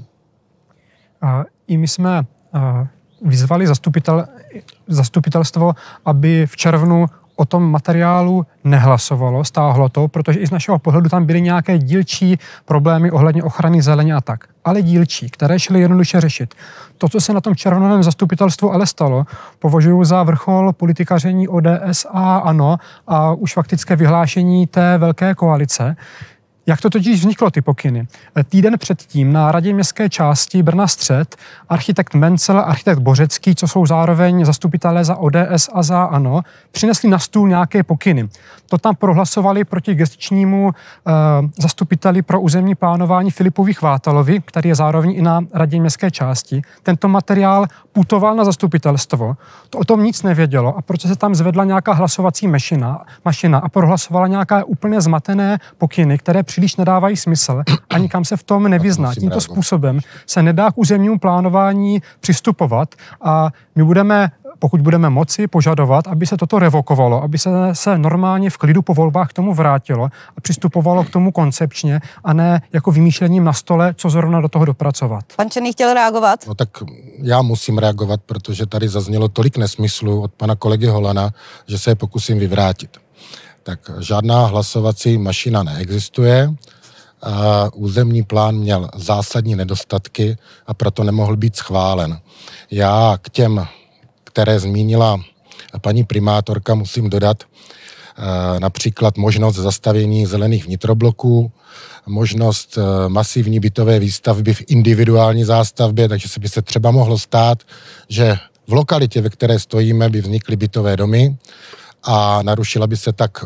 I my jsme vyzvali zastupitelstvo, aby v červnu o tom materiálu nehlasovalo, stáhlo to, protože i z našeho pohledu tam byly nějaké dílčí problémy ohledně ochrany zeleně a tak. Ale dílčí, které šly jednoduše řešit. To, co se na tom červnovém zastupitelstvu ale stalo, považuji za vrchol politikaření ODS a ANO a už faktické vyhlášení té velké koalice. Jak to totiž vzniklo, ty pokyny? Týden předtím na radě městské části Brna Střed architekt Mencel a architekt Bořecký, co jsou zároveň zastupitelé za ODS a za ANO, přinesli na stůl nějaké pokyny. To tam prohlasovali proti gestičnímu zastupiteli pro územní plánování Filipovi Chvátalovi, který je zároveň i na radě městské části. Tento materiál putoval na zastupitelstvo, to o tom nic nevědělo a proto se tam zvedla nějaká hlasovací mašina a prohlasovala nějaké úplně zmatené pokyny, které příliš nedávají smysl a nikam se v tom nevyzná. Tímto způsobem se nedá k územnímu plánování přistupovat a my budeme, pokud budeme moci, požadovat, aby se toto revokovalo, aby se normálně v klidu po volbách k tomu vrátilo a přistupovalo k tomu koncepčně a ne jako vymýšlením na stole, co zrovna do toho dopracovat. Pan Černý chtěl reagovat? No tak já musím reagovat, protože tady zaznělo tolik nesmyslů od pana kolegy Holana, že se je pokusím vyvrátit. Tak žádná hlasovací mašina neexistuje. Územní plán měl zásadní nedostatky a proto nemohl být schválen. Já k těm, které zmínila paní primátorka, musím dodat například možnost zastavění zelených vnitrobloků, možnost masivní bytové výstavby v individuální zástavbě, takže by se třeba mohlo stát, že v lokalitě, ve které stojíme, by vznikly bytové domy a narušila by se tak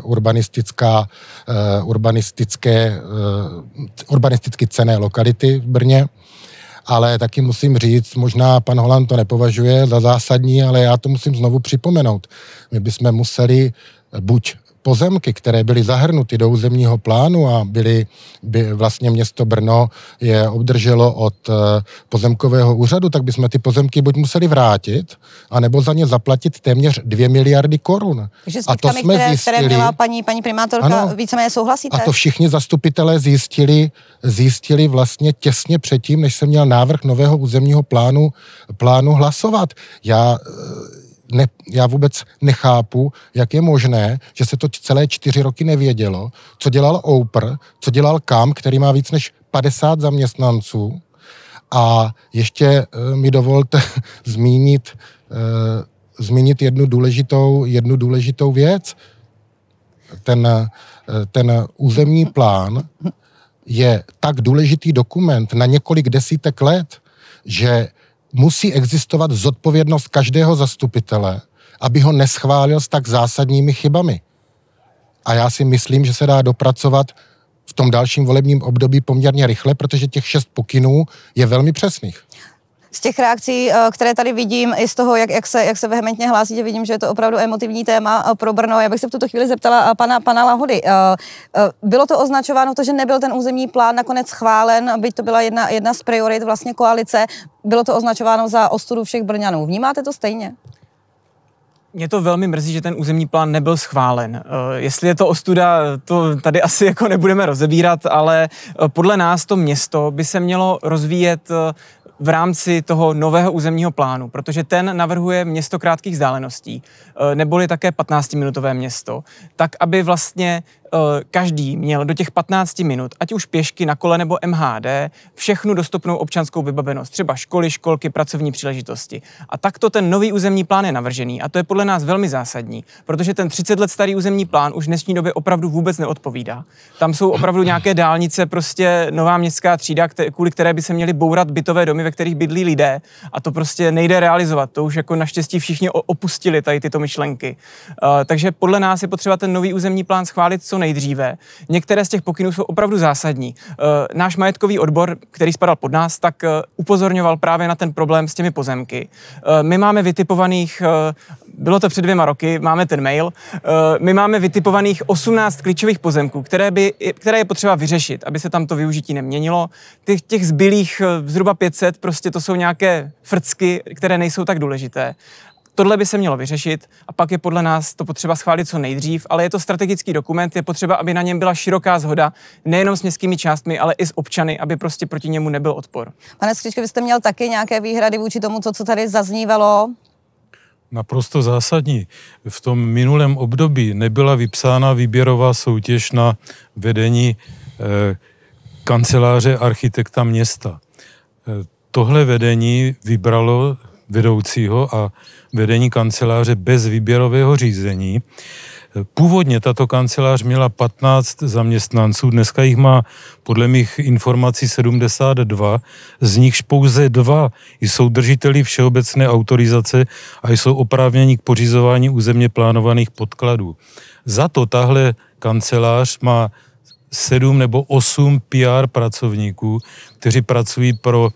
urbanisticky cenné lokality v Brně. Ale taky musím říct, možná pan Holan to nepovažuje za zásadní, ale já to musím znovu připomenout. My bychom museli buď pozemky, které byly zahrnuty do územního plánu a vlastně město Brno je obdrželo od pozemkového úřadu, tak bychom ty pozemky buď museli vrátit, anebo za ně zaplatit téměř 2 miliardy korun. Takže s výtkami, které měla paní primátorka, ano, víceméně souhlasíte? A to všichni zastupitelé zjistili vlastně těsně předtím, než se měl návrh nového územního plánu hlasovat. Já vůbec nechápu, jak je možné, že se to celé 4 roky nevědělo, co dělal OUPR, co dělal KAM, který má víc než 50 zaměstnanců. A ještě mi dovolte zmínit jednu důležitou věc. Ten územní plán je tak důležitý dokument na několik desítek let, že musí existovat zodpovědnost každého zastupitele, aby ho neschválil s tak zásadními chybami. A já si myslím, že se dá dopracovat v tom dalším volebním období poměrně rychle, protože těch 6 pokynů je velmi přesných. Z těch reakcí, které tady vidím, i z toho, jak se vehementně hlásíte, vidím, že je to opravdu emotivní téma pro Brno. Já bych se v tuto chvíli zeptala pana Lahody. Bylo to označováno to, že nebyl ten územní plán nakonec schválen, byť to byla jedna z priorit vlastně koalice, bylo to označováno za ostudu všech Brňanů. Vnímáte to stejně? Mě to velmi mrzí, že ten územní plán nebyl schválen. Jestli je to ostuda, to tady asi jako nebudeme rozebírat, ale podle nás to město by se mělo rozvíjet v rámci toho nového územního plánu, protože ten navrhuje město krátkých vzdáleností, neboli také 15-minutové město, tak, aby vlastně každý měl do těch 15 minut, ať už pěšky, na kole nebo MHD, všechnu dostupnou občanskou vybavenost, třeba školy, školky, pracovní příležitosti. A takto ten nový územní plán je navržený a to je podle nás velmi zásadní, protože ten 30 let starý územní plán už v dnešní době opravdu vůbec neodpovídá. Tam jsou opravdu nějaké dálnice, prostě nová městská třída, kvůli které by se měly bourat bytové domy, ve kterých bydlí lidé a to prostě nejde realizovat. To už jako naštěstí všichni opustili tady tyto myšlenky. Takže podle nás je potřeba ten nový územní plán schválit co nejdříve. Některé z těch pokynů jsou opravdu zásadní. Náš majetkový odbor, který spadal pod nás, tak upozorňoval právě na ten problém s těmi pozemky. My máme vytipovaných, bylo to před 2 roky, máme ten mail, my máme vytipovaných 18 klíčových pozemků, které je potřeba vyřešit, aby se tam to využití neměnilo. Těch zbylých zhruba 500, prostě to jsou nějaké frcky, které nejsou tak důležité. Tohle by se mělo vyřešit a pak je podle nás to potřeba schválit co nejdřív, ale je to strategický dokument, je potřeba, aby na něm byla široká shoda, nejenom s městskými částmi, ale i s občany, aby prostě proti němu nebyl odpor. Pane Skříčko, vy jste měl taky nějaké výhrady vůči tomu, co tady zaznívalo? Naprosto zásadní. V tom minulém období nebyla vypsána výběrová soutěž na vedení kanceláře architekta města. Tohle vedení vybralo vedoucího a vedení kanceláře bez výběrového řízení. Původně tato kancelář měla 15 zaměstnanců, dneska jich má podle mých informací 72, z nichž pouze 2 jsou držiteli všeobecné autorizace a jsou oprávněni k pořizování územně plánovaných podkladů. Za to tahle kancelář má 7 nebo 8 PR pracovníků, kteří pracují pro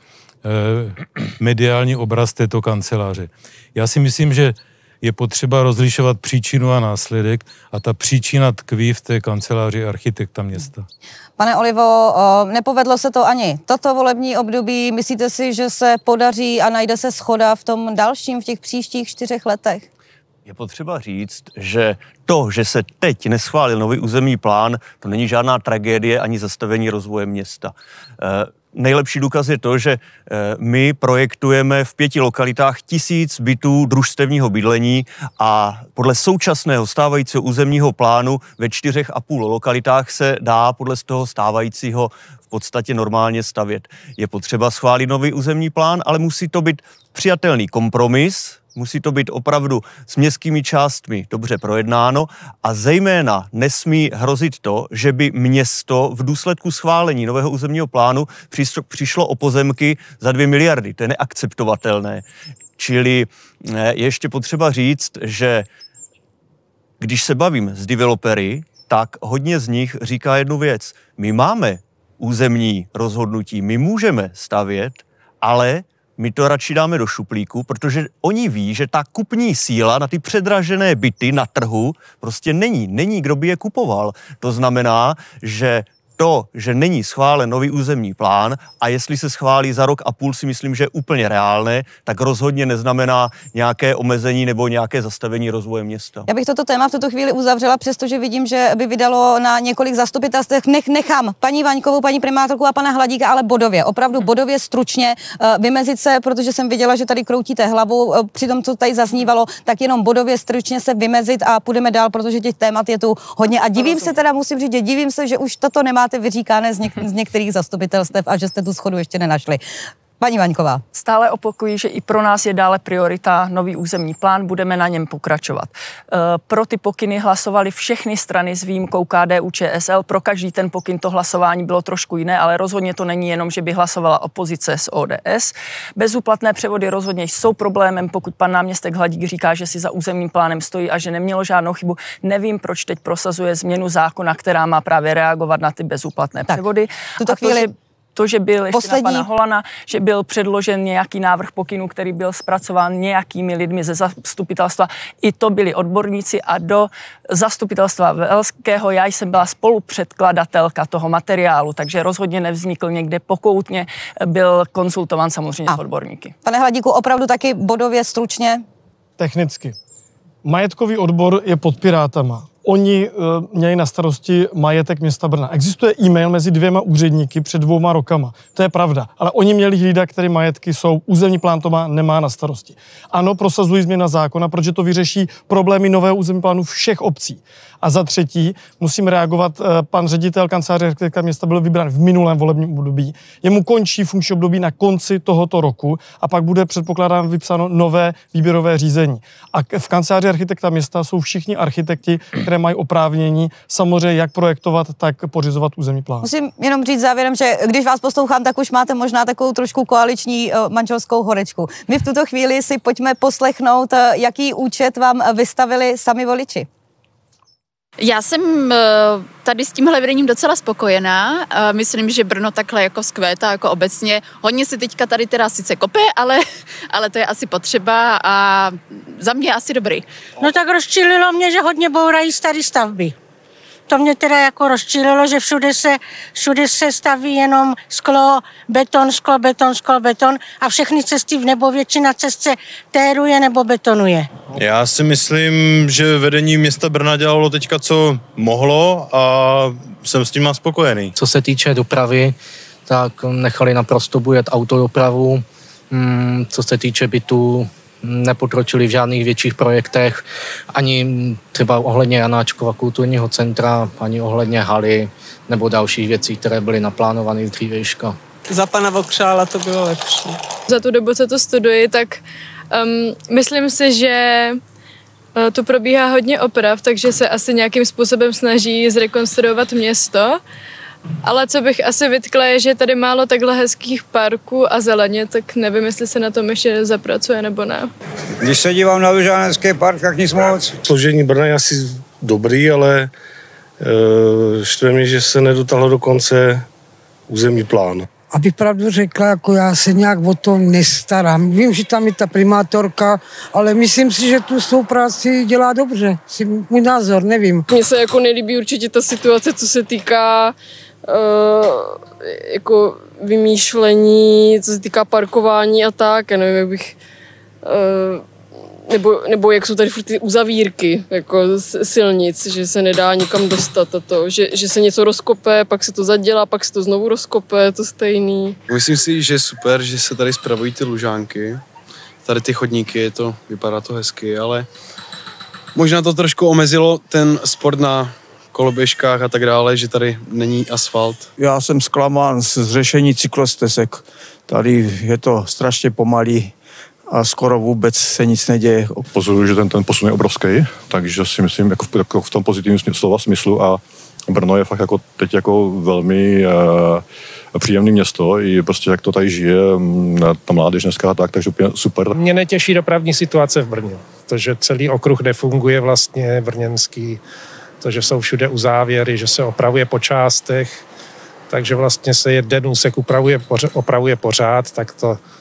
mediální obraz této kanceláře. Já si myslím, že je potřeba rozlišovat příčinu a následek a ta příčina tkví v té kanceláři architekta města. Pane Olivo, nepovedlo se to ani toto volební období. Myslíte si, že se podaří a najde se shoda v tom dalším, v těch příštích 4 letech? Je potřeba říct, že to, že se teď neschválil nový územní plán, to není žádná tragédie ani zastavení rozvoje města. Nejlepší důkaz je to, že my projektujeme v 5 lokalitách 1000 bytů družstevního bydlení a podle současného stávajícího územního plánu ve 4,5 lokalitách se dá podle toho stávajícího v podstatě normálně stavět. Je potřeba schválit nový územní plán, ale musí to být přijatelný kompromis, musí to být opravdu s městskými částmi dobře projednáno a zejména nesmí hrozit to, že by město v důsledku schválení nového územního plánu přišlo o pozemky za 2 miliardy. To je neakceptovatelné. Čili je ještě potřeba říct, že když se bavím s developery, tak hodně z nich říká jednu věc. My máme územní rozhodnutí, my můžeme stavět, ale my to radši dáme do šuplíku, protože oni ví, že ta kupní síla na ty předražené byty na trhu prostě není, kdo by je kupoval. To znamená, že to, že není schválen nový územní plán a jestli se schválí za 1,5 roku, si myslím, že je úplně reálné, tak rozhodně neznamená nějaké omezení nebo nějaké zastavení rozvoje města. Já bych toto téma v tuto chvíli uzavřela, přestože vidím, že by vydalo na několik zastupitelstvech. Nechám paní Vaňkovou, paní primátorku a pana Hladíka, ale bodově, opravdu bodově stručně vymezit se, protože jsem viděla, že tady kroutíte hlavu při tom, co tady zaznívalo, tak jenom bodově stručně se vymezit a půjdeme dál, protože těch témat je tu hodně. A divím se teda, musím říct, divím se, že už toto nemáte vyříkané z některých zastupitelstev a že jste tu shodu ještě nenašli. Paní Vaňková. Stále opakuji, že i pro nás je dále priorita nový územní plán, budeme na něm pokračovat. Pro ty pokyny hlasovali všechny strany s výjimkou KDU-ČSL, pro každý ten pokyn to hlasování bylo trošku jiné, ale rozhodně to není jenom, že by hlasovala opozice s ODS. Bezúplatné převody rozhodně jsou problémem, pokud pan náměstek Hladík říká, že si za územním plánem stojí a že nemělo žádnou chybu. Nevím, proč teď prosazuje změnu zákona, která má právě reagovat na ty bezúplatné převody. To, že byl ještě na pana Holana, že byl předložen nějaký návrh pokynu, který byl zpracován nějakými lidmi ze zastupitelstva. I to byli odborníci a do zastupitelstva Velského já jsem byla spolupředkladatelka toho materiálu, takže rozhodně nevznikl někde pokoutně, byl konzultován samozřejmě s odborníky. Pane Hladíku, opravdu taky bodově stručně? Technicky. Majetkový odbor je pod Pirátama. oni měli na starosti majetek města Brna. Existuje e-mail mezi 2 úředníky před 2 rokama. To je pravda. Ale oni měli hlídat, které majetky jsou. Územní plán to nemá na starosti. Ano, prosazují změna zákona, protože to vyřeší problémy nového územní plánu všech obcí. A za třetí, musím reagovat, pan ředitel kanceláře architekta města byl vybrán v minulém volebním období. Jemu končí funkční období na konci tohoto roku a pak bude, předpokládám, vypsáno nové výběrové řízení. A v kanceláři architekta města jsou všichni architekti, které mají oprávnění samozřejmě jak projektovat, tak pořizovat územní plán. Musím jenom říct závěrem, že když vás poslouchám, tak už máte možná takovou trošku koaliční manželskou horečku. My v tuto chvíli si pojďme poslechnout, jaký účet vám vystavili sami voliči. Já jsem tady s tímhle vedením docela spokojená. Myslím, že Brno takhle jako vzkvétá, jako obecně. Hodně se teďka tady teda sice kope, ale to je asi potřeba a za mě asi dobrý. No tak rozčililo mě, že hodně bourají staré stavby. To mě teda jako rozčililo, že všude se staví jenom sklo, beton a všechny cesty nebo většina cest se téruje nebo betonuje. Já si myslím, že vedení města Brna dělalo teďka, co mohlo a jsem s tím spokojený. Co se týče dopravy, tak nechali naprosto bujet autodopravu. Co se týče bytů, nepokročili v žádných větších projektech, ani třeba ohledně Janáčkova kulturního centra, ani ohledně haly nebo dalších věcí, které byly naplánovány z dřívějška. Za pana Vokřála to bylo lepší. Za tu dobu, co to studuji, tak myslím si, že tu probíhá hodně oprav, takže se asi nějakým způsobem snaží zrekonstruovat město. Ale co bych asi vytkla je, že je tady málo takhle hezkých parků a zeleně, tak nevím, jestli se na tom ještě zapracuje nebo ne. Když se dívám na Lužánecký park, tak nic moc. Složení Brna je asi dobrý, ale štve mě, že se nedotáhlo do konce územní plán. Aby pravdu řekla, jako já se nějak o to nestarám. Vím, že tam je ta primátorka, ale myslím si, že tu svou práci dělá dobře. Můj názor, nevím. Mně se jako nelíbí určitě ta situace, co se týká jako vymýšlení, co se týká parkování a tak. Já nevím, jak bych... Nebo jak jsou tady furt ty uzavírky jako silnic, že se nedá nikam dostat a to, že se něco rozkope, pak se to zadělá, pak se to znovu rozkope, to stejný. Myslím si, že je super, že se tady spravují ty lužánky, tady ty chodníky, vypadá to hezky, ale možná to trošku omezilo ten sport na koloběžkách a tak dále, že tady není asfalt. Já jsem zklamán z řešení cyklostezek. Tady je to strašně pomalý a skoro vůbec se nic neděje. Pozoruju, že ten posun je obrovský, takže si myslím jako v tom pozitivním slova smyslu a Brno je fakt jako teď jako velmi příjemné město i prostě jak to tady žije ta mládež dneska tak, takže úplně super. Mě netěší dopravní situace v Brně, to, že celý okruh nefunguje vlastně brněnský, to, že jsou všude uzávěry, že se opravuje po částech, takže vlastně se jeden úsek opravuje pořád, tak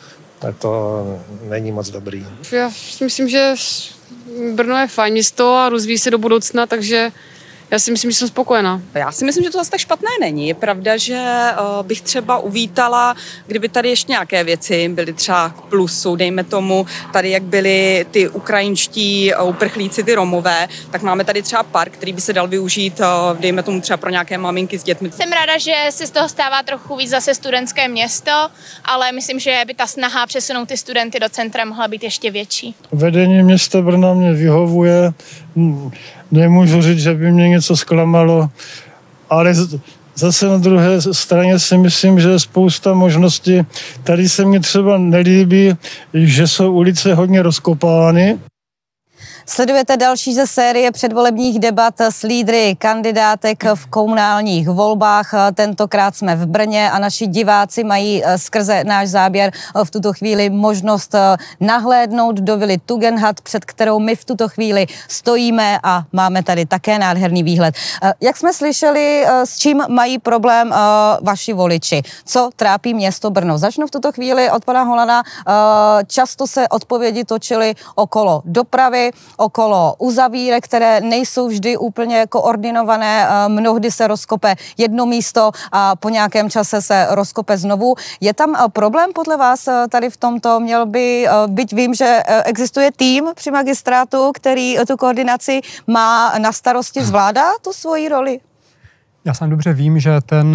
to není moc dobrý. Já si myslím, že Brno je fajn město a rozvíjí se do budoucna, takže já si myslím, že jsem spokojená. Já si myslím, že to zase tak špatné není. Je pravda, že bych třeba uvítala, kdyby tady ještě nějaké věci byly třeba k plusu, dejme tomu, tady jak byli ty ukrajinští uprchlíci, ty Romové, tak máme tady třeba park, který by se dal využít, dejme tomu třeba pro nějaké maminky s dětmi. Jsem ráda, že se z toho stává trochu víc zase studentské město, ale myslím, že by ta snaha přesunout ty studenty do centra mohla být ještě větší. Vedení města Brna mě vyhovuje. Nemůžu říct, že by mě něco zklamalo, ale zase na druhé straně si myslím, že je spousta možností. Tady se mi třeba nelíbí, že jsou ulice hodně rozkopány. Sledujete další ze série předvolebních debat s lídry kandidátek v komunálních volbách. Tentokrát jsme v Brně a naši diváci mají skrze náš záběr v tuto chvíli možnost nahlédnout do vily Tugendhat, před kterou my v tuto chvíli stojíme a máme tady také nádherný výhled. Jak jsme slyšeli, s čím mají problém vaši voliči? Co trápí město Brno? Začnu v tuto chvíli od pana Holana. Často se odpovědi točily okolo dopravy. okolo uzavírek, které nejsou vždy úplně koordinované. Mnohdy se rozkope jedno místo a po nějakém čase se rozkope znovu. Je tam problém podle vás tady v tomto? Měl by, byť vím, že existuje tým při magistrátu, který tu koordinaci má na starosti, zvládá tu svoji roli? Já sám dobře vím, že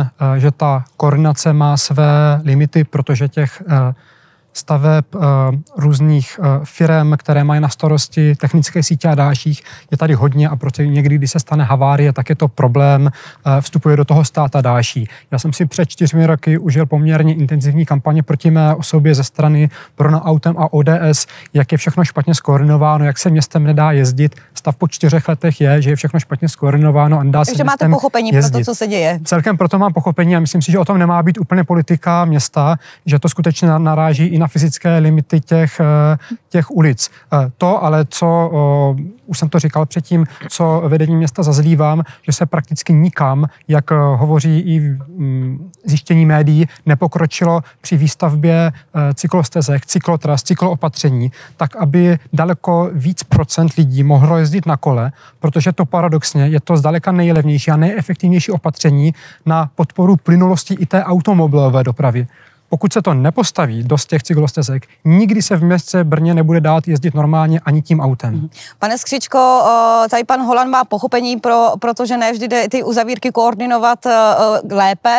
ta koordinace má své limity, protože těch staveb různých firem, které mají na starosti technické sítě a dalších, je tady hodně a proto někdy, když se stane havárie, tak je to problém, vstupuje do toho stát a další. Já jsem si před 4 roky užil poměrně intenzivní kampaně proti mé osobě ze strany Brno autem a ODS, jak je všechno špatně skoordinováno, jak se městem nedá jezdit. Stav po 4 letech je, že je všechno špatně skoordinováno a nedá se městem máte pochopení jezdit. pro to, co se děje. Celkem proto mám pochopení a myslím si, že o tom nemá být úplně politika města, že to skutečně naráží i na fyzické limity těch ulic. To ale, co, už jsem to říkal předtím, co vedení města zazlívám, že se prakticky nikam, jak hovoří i zjištění médií, nepokročilo při výstavbě cyklostezek, cyklotras, cykloopatření, tak aby daleko víc procent lidí mohlo jezdit na kole, protože to paradoxně je to zdaleka nejlevnější a nejefektivnější opatření na podporu plynulosti i té automobilové dopravy. Pokud se to nepostaví do těch cyklostezek, nikdy se v městě Brně nebude dát jezdit normálně ani tím autem. Pane Skřičko, tady pan Holan má pochopení, protože ne vždy jde ty uzavírky koordinovat lépe.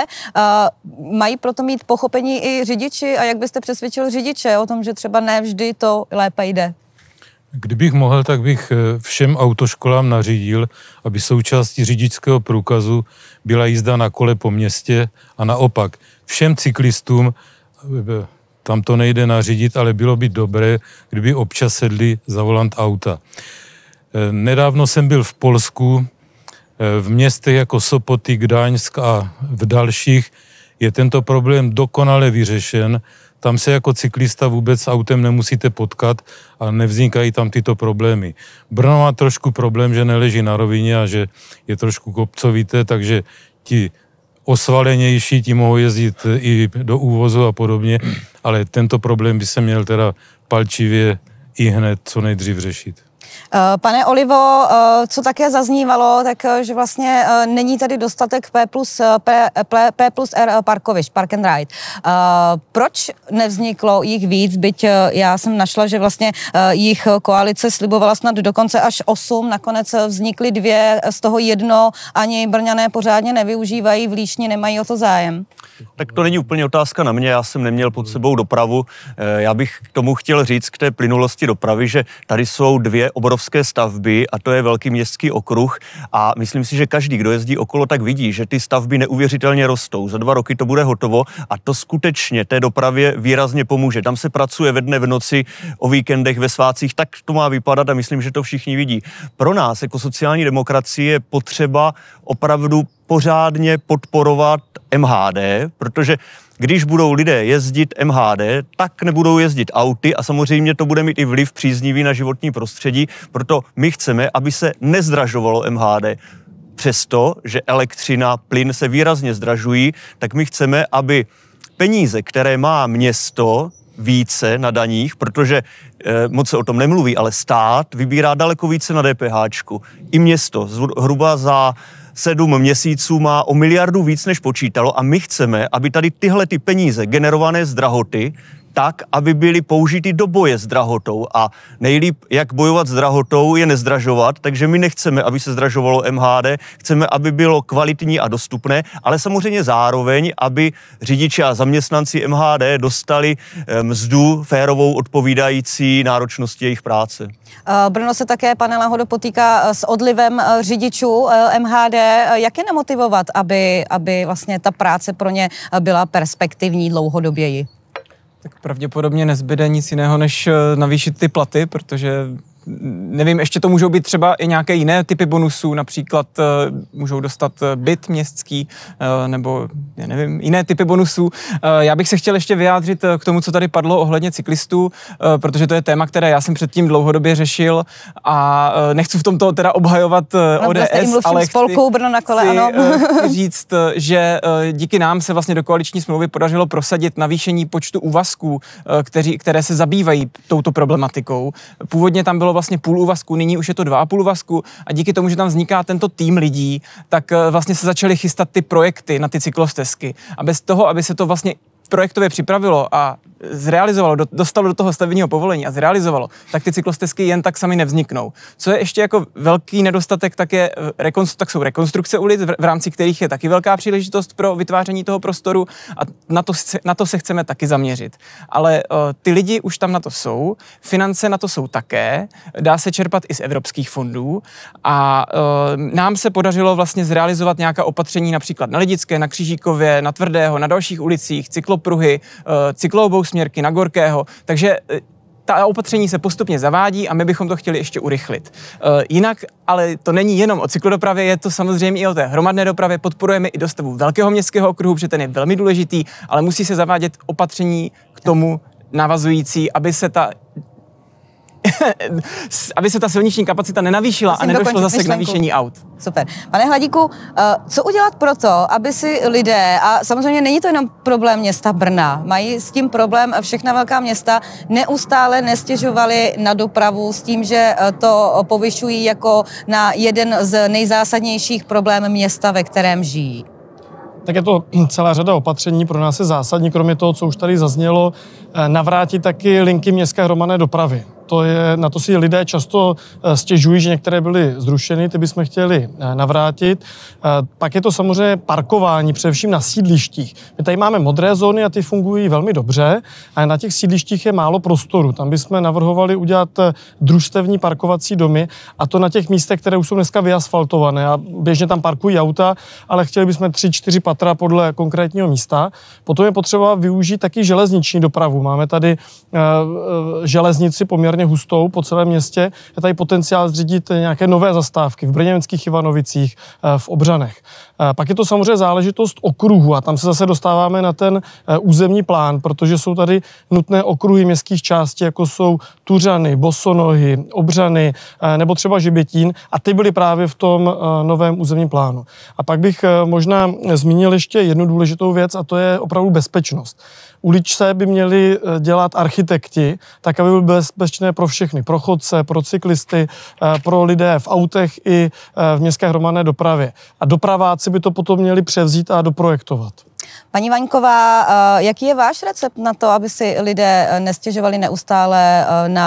Mají proto mít pochopení i řidiči a jak byste přesvědčil řidiče o tom, že třeba ne vždy to lépe jde? Kdybych mohl, tak bych všem autoškolám nařídil, aby součástí řidičského průkazu byla jízda na kole po městě a naopak všem cyklistům, tam to nejde nařídit, ale bylo by dobré, kdyby občas sedli za volant auta. Nedávno jsem byl v Polsku, v městech jako Sopoty, Gdaňsk a v dalších je tento problém dokonale vyřešen. Tam se jako cyklista vůbec s autem nemusíte potkat a nevznikají tam tyto problémy. Brno má trošku problém, že neleží na rovině a že je trošku kopcovité, takže ti osvalenější, ti mohou jezdit i do úvozu a podobně, ale tento problém by se měl teda palčivě i hned co nejdřív řešit. Pane Olivo, co také zaznívalo, tak že vlastně není tady dostatek P plus R parkovišť, park and ride. Proč nevzniklo jich víc, byť já jsem našla, že vlastně jich koalice slibovala snad dokonce až 8, nakonec vznikly 2, z toho 1 ani Brňané pořádně nevyužívají, v Líšni nemají o to zájem. Tak to není úplně otázka na mě, já jsem neměl pod sebou dopravu. Já bych k tomu chtěl říct, k té plynulosti dopravy, že tady jsou 2 obrovské stavby a to je velký městský okruh a myslím si, že každý, kdo jezdí okolo, tak vidí, že ty stavby neuvěřitelně rostou. Za 2 roky to bude hotovo a to skutečně té dopravě výrazně pomůže. Tam se pracuje ve dne, v noci, o víkendech, ve svátcích, tak to má vypadat a myslím, že to všichni vidí. Pro nás jako sociální demokracie je potřeba opravdu pořádně podporovat MHD, protože když budou lidé jezdit MHD, tak nebudou jezdit auty a samozřejmě to bude mít i vliv příznivý na životní prostředí, proto my chceme, aby se nezdražovalo MHD. Přesto, že elektřina, plyn se výrazně zdražují, tak my chceme, aby peníze, které má město více na daních, protože moc se o tom nemluví, ale stát vybírá daleko více na DPHčku. I město zhruba za 7 měsíců má o 1 miliardu víc, než počítalo a my chceme, aby tady tyhle ty peníze generované z drahoty, tak, aby byly použity do boje s drahotou a nejlíp, jak bojovat s drahotou, je nezdražovat, takže my nechceme, aby se zdražovalo MHD, chceme, aby bylo kvalitní a dostupné, ale samozřejmě zároveň, aby řidiči a zaměstnanci MHD dostali mzdu férovou odpovídající náročnosti jejich práce. Brno se také, pane Lahodo, potýká s odlivem řidičů MHD. Jak je namotivovat, aby vlastně ta práce pro ně byla perspektivní dlouhodoběji? Tak pravděpodobně nezbyde nic jiného, než navýšit ty platy, protože nevím, ještě to můžou být třeba i nějaké jiné typy bonusů, například můžou dostat byt městský, nebo já nevím, jiné typy bonusů. Já bych se chtěl ještě vyjádřit k tomu, co tady padlo ohledně cyklistů, protože to je téma, které já jsem předtím dlouhodobě řešil a nechci v tomto teda obhajovat ODS, ale spolku Brno na kole, ano. Chci říct, že díky nám se vlastně do koaliční smlouvy podařilo prosadit navýšení počtu úvazků, které se zabývají touto problematikou. Původně tam bylo vlastně 0,5 půl úvazku, nyní už je to 2,5 úvazku a díky tomu, že tam vzniká tento tým lidí, tak vlastně se začaly chystat ty projekty na ty cyklostezky. A bez toho, aby se to vlastně projektově připravilo a zrealizovalo, dostalo do toho stavebního povolení a zrealizovalo, tak ty cyklostezky jen tak sami nevzniknou. Co je ještě jako velký nedostatek, tak jsou rekonstrukce ulic, v rámci kterých je taky velká příležitost pro vytváření toho prostoru a na to se chceme taky zaměřit. Ale ty lidi už tam na to jsou, finance na to jsou také, dá se čerpat i z evropských fondů a nám se podařilo vlastně zrealizovat nějaká opatření například na Lidické, na Křížíkově, na Tvrdého, na dalších ulicích, cyklopruhy, cyklooblousměrky na Gorkého, takže ta opatření se postupně zavádí a my bychom to chtěli ještě urychlit. Jinak, ale to není jenom o cyklodopravě, je to samozřejmě i o té hromadné dopravě, podporujeme i dostavu velkého městského okruhu, protože ten je velmi důležitý, ale musí se zavádět opatření k tomu navazující, aby se ta silniční kapacita nenavýšila a nedošlo zase k navýšení aut. Super. Pane Hladíku, co udělat pro to, aby si lidé, a samozřejmě není to jenom problém města Brna, mají s tím problém všechna velká města, neustále nestěžovali na dopravu s tím, že to povyšují jako na jeden z nejzásadnějších problémů města, ve kterém žijí? Tak je to celá řada opatření, pro nás je zásadní, kromě toho, co už tady zaznělo, navrátit taky linky městské hromadné dopravy. Na to si lidé často stěžují, že některé byly zrušeny, ty bychom chtěli navrátit. Pak je to samozřejmě parkování, především na sídlištích. My tady máme modré zóny a ty fungují velmi dobře, a na těch sídlištích je málo prostoru. Tam bychom navrhovali udělat družstevní parkovací domy, a to na těch místech, které už jsou dneska vyasfaltované a běžně tam parkují auta, ale chtěli bychom 3-4 patra podle konkrétního místa. Potom je potřeba využít taky železniční dopravu. Máme tady železnici poměrně hustou po celém městě. Je tady potenciál zřídit nějaké nové zastávky v Brněnských Ivanovicích, v Obřanech. Pak je to samozřejmě záležitost okruhu a tam se zase dostáváme na ten územní plán, protože jsou tady nutné okruhy městských částí, jako jsou Tuřany, Bosonohy, Obřany nebo třeba Žibětín, a ty byly právě v tom novém územním plánu. A pak bych možná zmínil ještě jednu důležitou věc, a to je opravdu bezpečnost. Uličce by měli dělat architekti, tak aby byly bezpečné pro všechny, pro chodce, pro cyklisty, pro lidé v autech i v městské hromadné dopravě. A dopraváci by to potom měli převzít a doprojektovat. Paní Vaňková, jaký je váš recept na to, aby si lidé nestěžovali neustále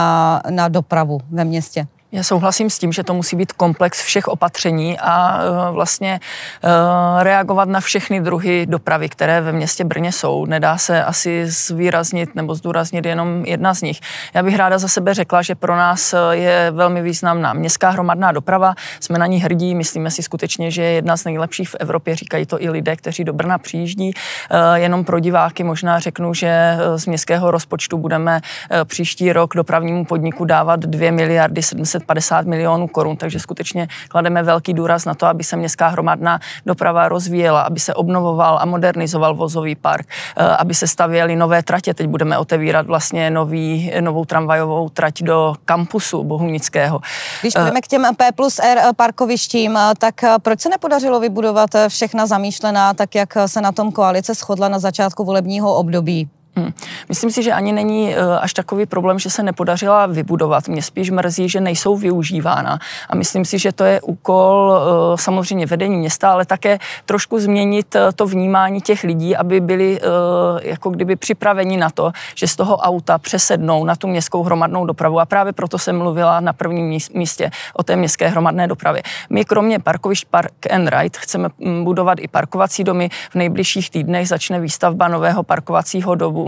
na dopravu ve městě? Já souhlasím s tím, že to musí být komplex všech opatření a vlastně reagovat na všechny druhy dopravy, které ve městě Brně jsou. Nedá se asi zvýraznit nebo zdůraznit jenom jedna z nich. Já bych ráda za sebe řekla, že pro nás je velmi významná městská hromadná doprava. Jsme na ní hrdí, myslíme si skutečně, že je jedna z nejlepších v Evropě. Říkají to i lidé, kteří do Brna přijíždí. Jenom pro diváky možná řeknu, že z městského rozpočtu budeme příští rok dopravnímu podniku dávat 2 miliardy 750 milionů korun, takže skutečně klademe velký důraz na to, aby se městská hromadná doprava rozvíjela, aby se obnovoval a modernizoval vozový park, aby se stavěly nové tratě. Teď budeme otevírat vlastně novou tramvajovou trať do kampusu bohunického. Když půjdeme k těm P+R parkovištím, tak proč se nepodařilo vybudovat všechna zamýšlená, tak jak se na tom koalice shodla na začátku volebního období? Myslím si, že ani není až takový problém, že se nepodařila vybudovat. Mě spíš mrzí, že nejsou využívána. A myslím si, že to je úkol samozřejmě vedení města, ale také trošku změnit to vnímání těch lidí, aby byli jako kdyby připraveni na to, že z toho auta přesednou na tu městskou hromadnou dopravu. A právě proto jsem mluvila na prvním místě o té městské hromadné dopravě. My kromě parkovišť Park and Ride chceme budovat i parkovací domy. V nejbližších týdnech začne výstavba nového parkovacího domu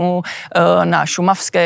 na Šumavské,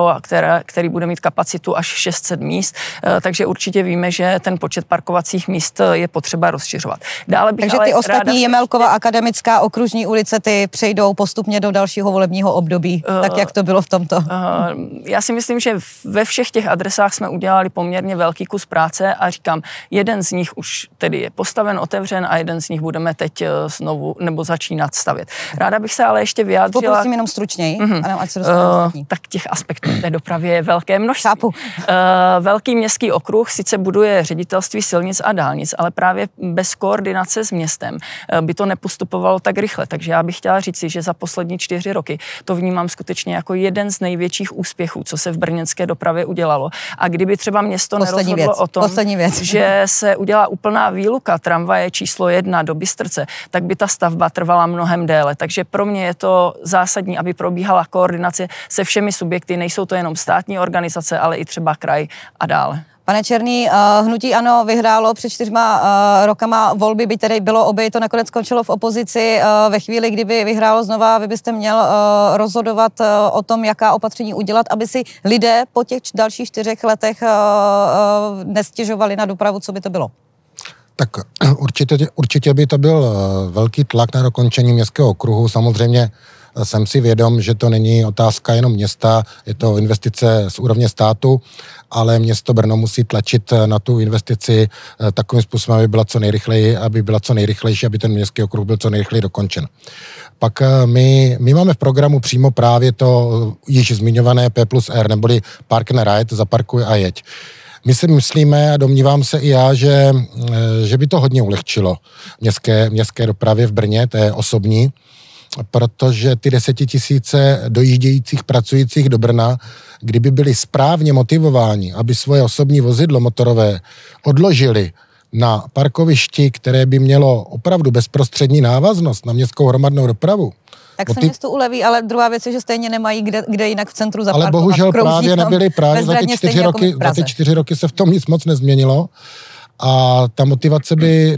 který bude mít kapacitu až 600 míst, takže určitě víme, že ten počet parkovacích míst je potřeba rozšiřovat. Takže ty ostatní Jemelkova akademická okružní ulice, ty přejdou postupně do dalšího volebního období, tak jak to bylo v tomto? Já si myslím, že ve všech těch adresách jsme udělali poměrně velký kus práce a říkám, jeden z nich už tedy je postaven, otevřen a jeden z nich budeme teď znovu nebo začínat stavět. Ráda bych se ale ještě vyjádřila. Poprosím jenom stručněji. Černý, ať se dostaneme tak těch aspektů té dopravy je velké množství. Velký městský okruh sice buduje ředitelství silnic a dálnic, ale právě bez koordinace s městem by to nepostupovalo tak rychle. Takže já bych chtěla říci, že za poslední 4 roky to vnímám skutečně jako jeden z největších úspěchů, co se v brněnské dopravě udělalo. A kdyby třeba město nerozhodlo o tom, že se udělá úplná výluka tramvaje číslo 1 do Bystrce, tak by ta stavba trvala mnohem déle. Takže pro mě je to zásadní, aby probíhala koordinace se všemi subjekty. Nejsou to jenom státní organizace, ale i třeba kraj a dále. Pane Černý, hnutí ANO vyhrálo před 4 rokama volby, byť tedy bylo oby, to nakonec skončilo v opozici. Ve chvíli, kdyby vyhrálo znova, vy byste měl rozhodovat o tom, jaká opatření udělat, aby si lidé po těch dalších 4 letech nestěžovali na dopravu, co by to bylo? Tak určitě by to byl velký tlak na dokončení městského okruhu. Samozřejmě jsem si vědom, že to není otázka jenom města, je to investice z úrovně státu, ale město Brno musí tlačit na tu investici takovým způsobem, aby byla co nejrychlejší, aby ten městský okruh byl co nejrychleji dokončen. Pak my máme v programu přímo právě to již zmiňované P+R, neboli Park and Ride, zaparkuj a jeď. My si myslíme a domnívám se i já, že by to hodně ulehčilo městské dopravě v Brně, to je osobní, protože ty 10 000 dojíždějících pracujících do Brna, kdyby byli správně motivováni, aby svoje osobní vozidlo motorové odložili na parkovišti, které by mělo opravdu bezprostřední návaznost na městskou hromadnou dopravu. Tak se městu uleví, ale druhá věc je, že stejně nemají kde jinak v centru zaparkovat. Ale bohužel právě nebyly, za ty 4 roky se v tom nic moc nezměnilo. A ta motivace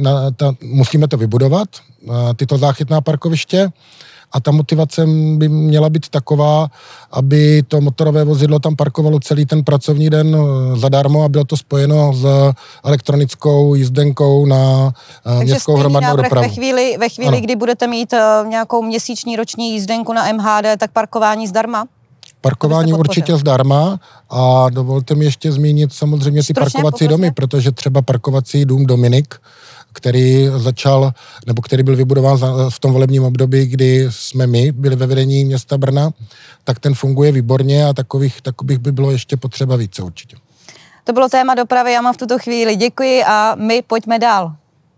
musíme to vybudovat, tyto záchytná parkoviště, a ta motivace by měla být taková, aby to motorové vozidlo tam parkovalo celý ten pracovní den zadarmo a bylo to spojeno s elektronickou jízdenkou na městskou hromadnou dopravu. Ve chvíli, kdy budete mít nějakou měsíční roční jízdenku na MHD, tak parkování zdarma? Parkování určitě zdarma a dovolte mi ještě zmínit samozřejmě ty parkovací domy, protože třeba parkovací dům Dominik, který byl vybudován v tom volebním období, kdy jsme my byli ve vedení města Brna, tak ten funguje výborně a takových by bylo ještě potřeba více určitě. To bylo téma dopravy, já mám v tuto chvíli. Děkuji a my pojďme dál.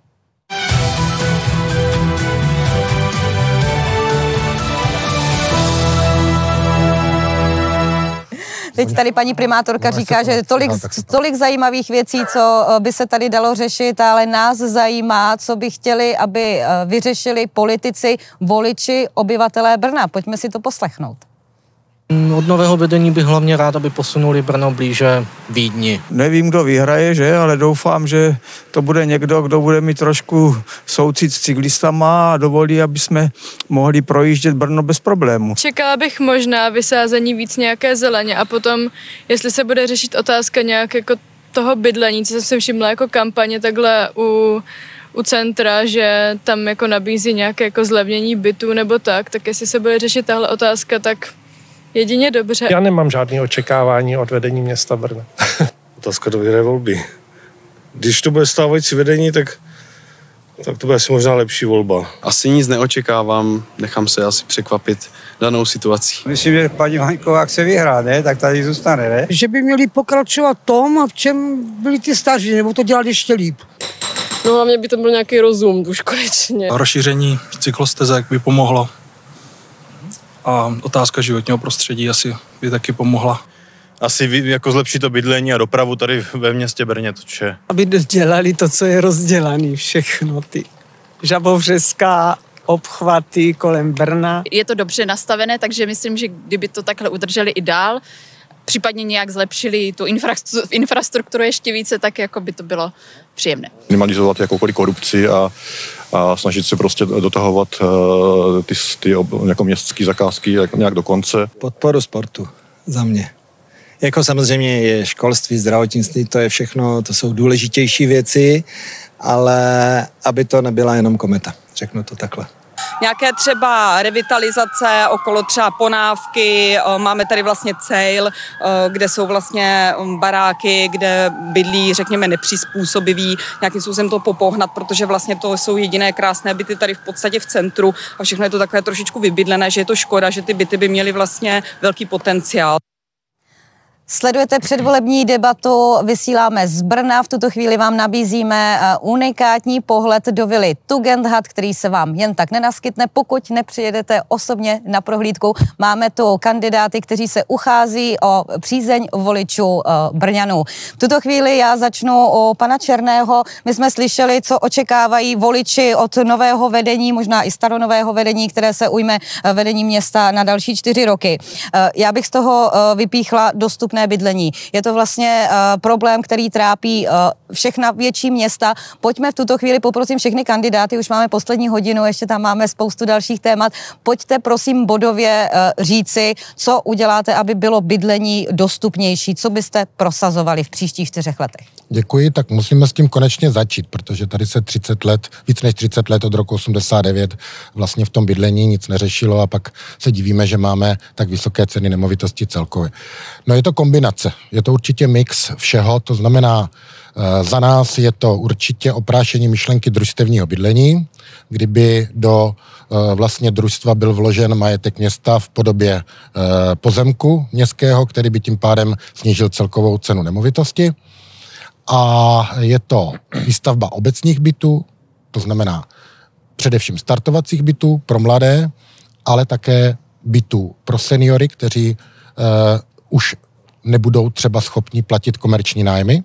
Teď tady paní primátorka říká, že tolik zajímavých věcí, co by se tady dalo řešit, ale nás zajímá, co by chtěli, aby vyřešili politici, voliči, obyvatelé Brna. Pojďme si to poslechnout. Od nového vedení bych hlavně rád, aby posunuli Brno blíže Vídni. Nevím, kdo vyhraje, že? Ale doufám, že to bude někdo, kdo bude mít trošku soucit s cyklistama a dovolí, aby jsme mohli projíždět Brno bez problému. Čekala bych možná vysázení víc nějaké zeleně a potom, jestli se bude řešit otázka nějak jako toho bydlení, co jsem si všimla jako kampaně takhle u centra, že tam jako nabízí nějaké jako zlevnění bytů nebo tak jestli se bude řešit tahle otázka, tak jedině dobře. Já nemám žádné očekávání od vedení města Brna. Otázka do vyhraje volby. Když to bude stávající vedení, tak to bude asi možná lepší volba. Asi nic neočekávám, nechám se asi překvapit danou situací. Myslím, že paní Vaňková chce vyhrát, ne? Tak tady zůstane, ne? Že by měli pokračovat tom, a v čem byli ty staří, nebo to dělat ještě líp. No hlavně by to byl nějaký rozum už konečně. Rozšíření cyklostezek by pomohlo. A otázka životního prostředí asi by taky pomohla. Asi jako zlepší to bydlení a dopravu tady ve městě Brně, to vše. Aby dělali to, co je rozdělané, všechno ty Žabovřeská, obchvaty kolem Brna. Je to dobře nastavené, takže myslím, že kdyby to takhle udrželi i dál, případně nějak zlepšili tu infrastrukturu ještě více, tak jako by to bylo příjemné. Minimalizovat jakoukoliv korupci a snažit se prostě dotahovat ty jako městské zakázky nějak do konce. Podporu sportu za mě. Jako samozřejmě je školství, zdravotnictví, to je všechno, to jsou důležitější věci, ale aby to nebyla jenom kometa, řeknu to takhle. nějaké třeba revitalizace okolo třeba Ponávky, máme tady vlastně Cejl, kde jsou vlastně baráky, kde bydlí, řekněme, nepřizpůsobiví, nějakým způsobem to popohnat, protože vlastně to jsou jediné krásné byty tady v podstatě v centru a všechno je to takové trošičku vybydlené, že je to škoda, že ty byty by měly vlastně velký potenciál. Sledujete předvolební debatu, vysíláme z Brna. V tuto chvíli vám nabízíme unikátní pohled do vily Tugendhat, který se vám jen tak nenaskytne, pokud nepřijedete osobně na prohlídku. Máme tu kandidáty, kteří se uchází o přízeň voličů Brňanů. V tuto chvíli já začnu u pana Černého. My jsme slyšeli, co očekávají voliči od nového vedení, možná i staronového vedení, které se ujme vedení města na další 4 roky. Já bych z toho vypíchla dostupné bydlení. Je to vlastně problém, který trápí všechna větší města. Pojďme v tuto chvíli, poprosím všechny kandidáty, už máme poslední hodinu, ještě tam máme spoustu dalších témat. Pojďte prosím bodově říci, co uděláte, aby bylo bydlení dostupnější, co byste prosazovali v příštích 4 letech. Děkuji, tak musíme s tím konečně začít, protože tady se 30 let, víc než 30 let od roku 89 vlastně v tom bydlení nic neřešilo a pak se divíme, že máme tak vysoké ceny nemovitosti celkově. No je to kombinace, je to určitě mix všeho, to znamená, za nás je to určitě oprášení myšlenky družstevního bydlení, kdyby do vlastně družstva byl vložen majetek města v podobě pozemku městského, který by tím pádem snížil celkovou cenu nemovitosti. A je to výstavba obecních bytů, to znamená především startovacích bytů pro mladé, ale také bytů pro seniory, kteří už nebudou třeba schopni platit komerční nájmy.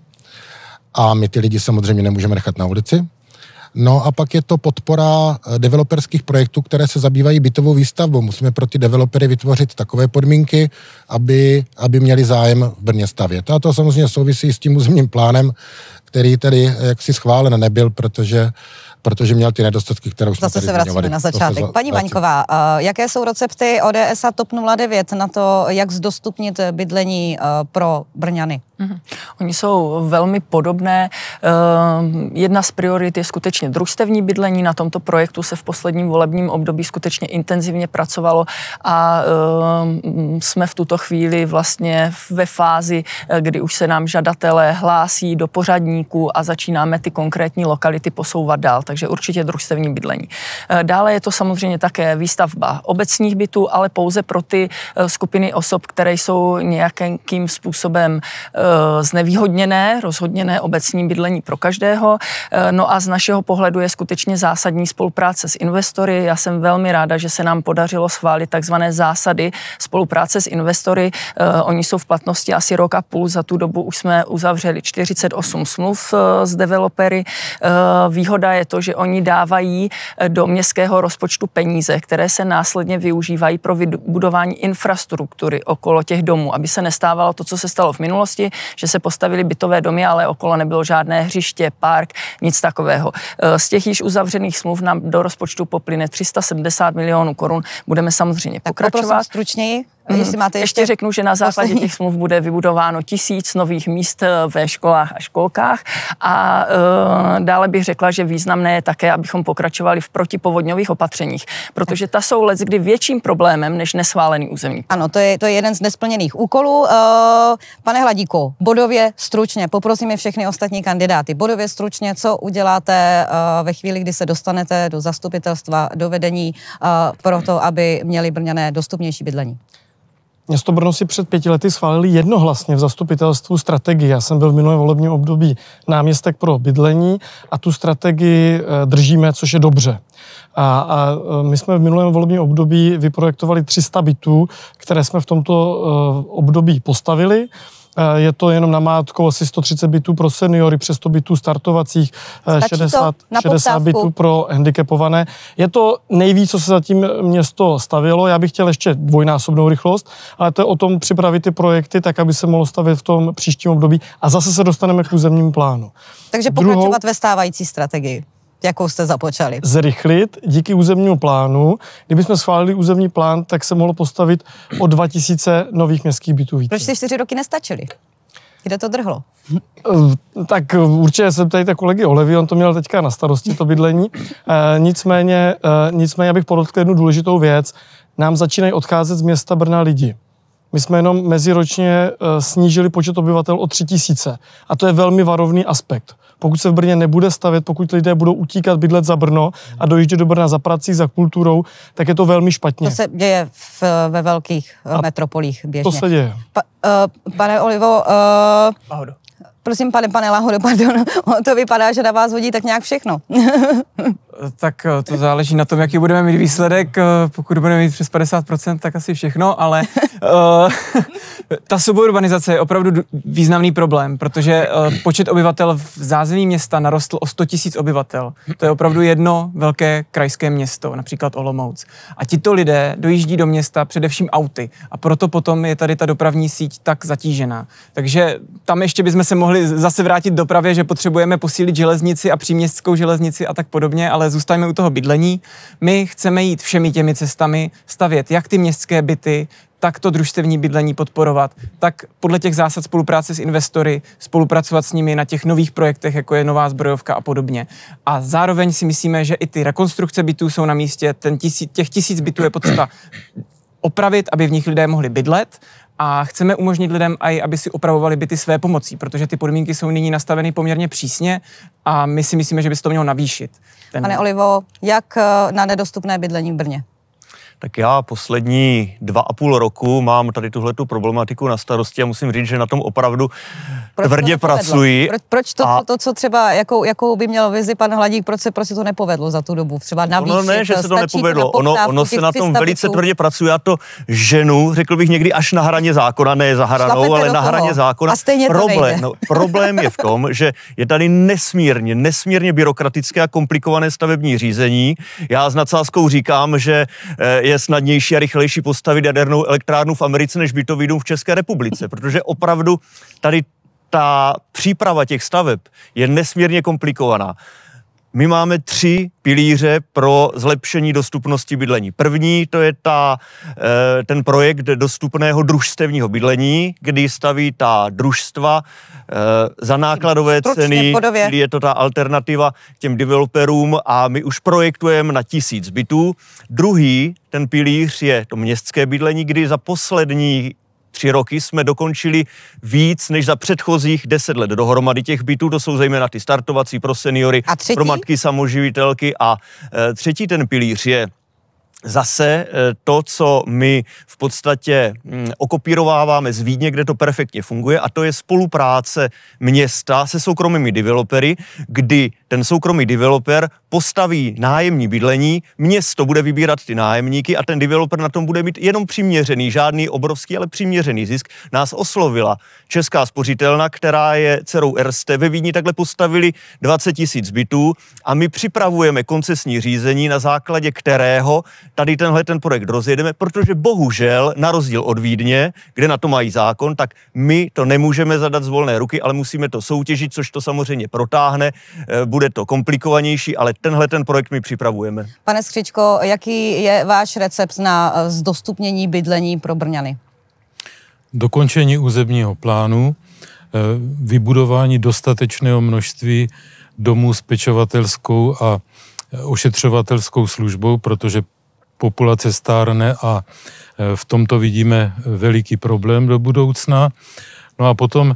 A my ty lidi samozřejmě nemůžeme nechat na ulici. No a pak je to podpora developerských projektů, které se zabývají bytovou výstavbou. Musíme pro ty developery vytvořit takové podmínky, aby měli zájem v Brně stavět. A to samozřejmě souvisí s tím územním plánem, který tady jaksi schválen nebyl, protože měl ty nedostatky, které už jsme tady zmiňovali. Zase se vracíme na začátek. Paní Vaňková, jaké jsou recepty ODS a TOP 09 na to, jak zdostupnit bydlení pro Brňany? Oni jsou velmi podobné. Jedna z priorit je skutečně družstevní bydlení. Na tomto projektu se v posledním volebním období skutečně intenzivně pracovalo a jsme v tuto chvíli vlastně ve fázi, kdy už se nám žadatelé hlásí do pořadníku a začínáme ty konkrétní lokality posouvat dál. Takže určitě družstevní bydlení. Dále je to samozřejmě také výstavba obecních bytů, ale pouze pro ty skupiny osob, které jsou nějakým způsobem znevýhodněné, rozhodně ne obecní bydlení pro každého. No a z našeho pohledu je skutečně zásadní spolupráce s investory. Já jsem velmi ráda, že se nám podařilo schválit takzvané zásady spolupráce s investory. Oni jsou v platnosti asi 1,5 roku. Za tu dobu už jsme uzavřeli 48 smluv s developery. Výhoda je to, že oni dávají do městského rozpočtu peníze, které se následně využívají pro vybudování infrastruktury okolo těch domů, aby se nestávalo to, co se stalo v minulosti, že se postavily bytové domy, ale okolo nebylo žádné hřiště, park, nic takového. Z těch již uzavřených smluv nám do rozpočtu poplyne 370 milionů korun. Budeme samozřejmě pokračovat. Poprosím stručněji. Jestli máte ještě řeknu, že na základě těch smluv bude vybudováno 1000 nových míst ve školách a školkách a dále bych řekla, že významné je také, abychom pokračovali v protipovodňových opatřeních, protože ta jsou leckdy větším problémem než neschválený územní. Ano, to je jeden z nesplněných úkolů. Pane Hladíku, bodově stručně, poprosíme všechny ostatní kandidáty. Bodově stručně, co uděláte ve chvíli, kdy se dostanete do zastupitelstva, do vedení pro to, aby měli Brňané dostupnější bydlení? Město Brno si před 5 lety schválili jednohlasně v zastupitelstvu strategii. Já jsem byl v minulém volebním období náměstek pro bydlení a tu strategii držíme, což je dobře. A my jsme v minulém volebním období vyprojektovali 300 bytů, které jsme v tomto období postavili. Je to jenom namátkou asi 130 bytů pro seniory, přes 100 bytů startovacích, 60 bytů pro handicapované. Je to nejvíc, co se zatím město stavělo. Já bych chtěl ještě dvojnásobnou rychlost, ale to je o tom připravit ty projekty tak, aby se mohlo stavět v tom příštím období a zase se dostaneme k územnímu plánu. Takže pokračovat ve stávající strategii, jakou jste započali. Zrychlit díky územnímu plánu. Kdybychom schválili územní plán, tak se mohlo postavit o 2000 nových městských bytů více. Proč ty 4 roky nestačily? Kde to drhlo? Tak určitě se ptejte kolegy Olevy, on to měl teďka na starosti, to bydlení. Nicméně abych podotkl jednu důležitou věc. Nám začínají odcházet z města Brna lidi. My jsme jenom meziročně snížili počet obyvatel o 3000. A to je velmi varovný aspekt. Pokud se v Brně nebude stavět, pokud lidé budou utíkat bydlet za Brno a dojíždět do Brna za prací, za kulturou, tak je to velmi špatně. To se děje ve velkých metropolích běžně. To se děje. Pane Olivo, prosím, pane Lahodo, pardon, to vypadá, že na vás hodí tak nějak všechno. Tak to záleží na tom, jaký budeme mít výsledek. Pokud budeme mít přes 50%, tak asi všechno, ale ta suburbanizace je opravdu významný problém, protože počet obyvatel v zázemí města narostl o 100 000 obyvatel. To je opravdu jedno velké krajské město, například Olomouc. A tito lidé dojíždí do města především auty a proto potom je tady ta dopravní síť tak zatížená. Takže tam ještě bychom se mohli zase vrátit do dopravě, že potřebujeme posílit železnici a příměstskou železnici a tak podobně, ale zůstaňme u toho bydlení. My chceme jít všemi těmi cestami, stavět jak ty městské byty, tak to družstevní bydlení podporovat, tak podle těch zásad spolupráce s investory, spolupracovat s nimi na těch nových projektech, jako je Nová Zbrojovka a podobně. A zároveň si myslíme, že i ty rekonstrukce bytů jsou na místě, těch 1000 bytů je potřeba opravit, aby v nich lidé mohli bydlet, a chceme umožnit lidem i, aby si opravovali byty své pomocí, protože ty podmínky jsou nyní nastaveny poměrně přísně a my si myslíme, že by se to mělo navýšit. Pane Olivo, jak na nedostupné bydlení v Brně? Tak já poslední 2,5 roku mám tady tuhletu problematiku na starosti a musím říct, že na tom opravdu tvrdě pracuji. Proč to, co třeba, jakou by měl vizi pan Hladík, proč se to nepovedlo za tu dobu? Třeba navýšit, ono ne, že se to nepovedlo. Ono se na tom velice tvrdě pracuje. Já to ženu, řekl bych někdy až na hraně zákona, ne za hranou, ale na hraně zákona. A stejně Problém je v tom, že je tady nesmírně byrokratické a komplikované stavební řízení. Já s nadsázkou říkám, že je snadnější a rychlejší postavit jadernou elektrárnu v Americe než bytový dům v České republice, protože opravdu tady ta příprava těch staveb je nesmírně komplikovaná. My máme 3 pilíře pro zlepšení dostupnosti bydlení. První, to je ten projekt dostupného družstevního bydlení, kdy staví ta družstva za nákladové ceny, kdy je to ta alternativa k těm developerům a my už projektujeme na 1000 bytů. Druhý, ten pilíř je to městské bydlení, kdy za poslední 3 roky jsme dokončili víc než za předchozích 10 let dohromady těch bytů, to jsou zejména ty startovací pro seniory, pro matky samoživitelky a třetí ten pilíř je zase to, co my v podstatě okopírováváme z Vídně, kde to perfektně funguje, a to je spolupráce města se soukromými developery, kdy ten soukromý developer postaví nájemní bydlení, město bude vybírat ty nájemníky a ten developer na tom bude mít jenom přiměřený, žádný obrovský, ale přiměřený zisk. Nás oslovila Česká spořitelna, která je dcerou Erste. Ve Vídni takhle postavili 20 000 bytů a my připravujeme koncesní řízení, na základě kterého tady ten projekt rozjedeme, protože bohužel, na rozdíl od Vídně, kde na to mají zákon, tak my to nemůžeme zadat z volné ruky, ale musíme to soutěžit, což to samozřejmě protáhne, bude to komplikovanější, ale ten projekt my připravujeme. Pane Skřičko, jaký je váš recept na zdostupnění bydlení pro Brňany? Dokončení územního plánu, vybudování dostatečného množství domů s pečovatelskou a ošetřovatelskou službou, protože populace stárne a v tomto vidíme veliký problém do budoucna. No a potom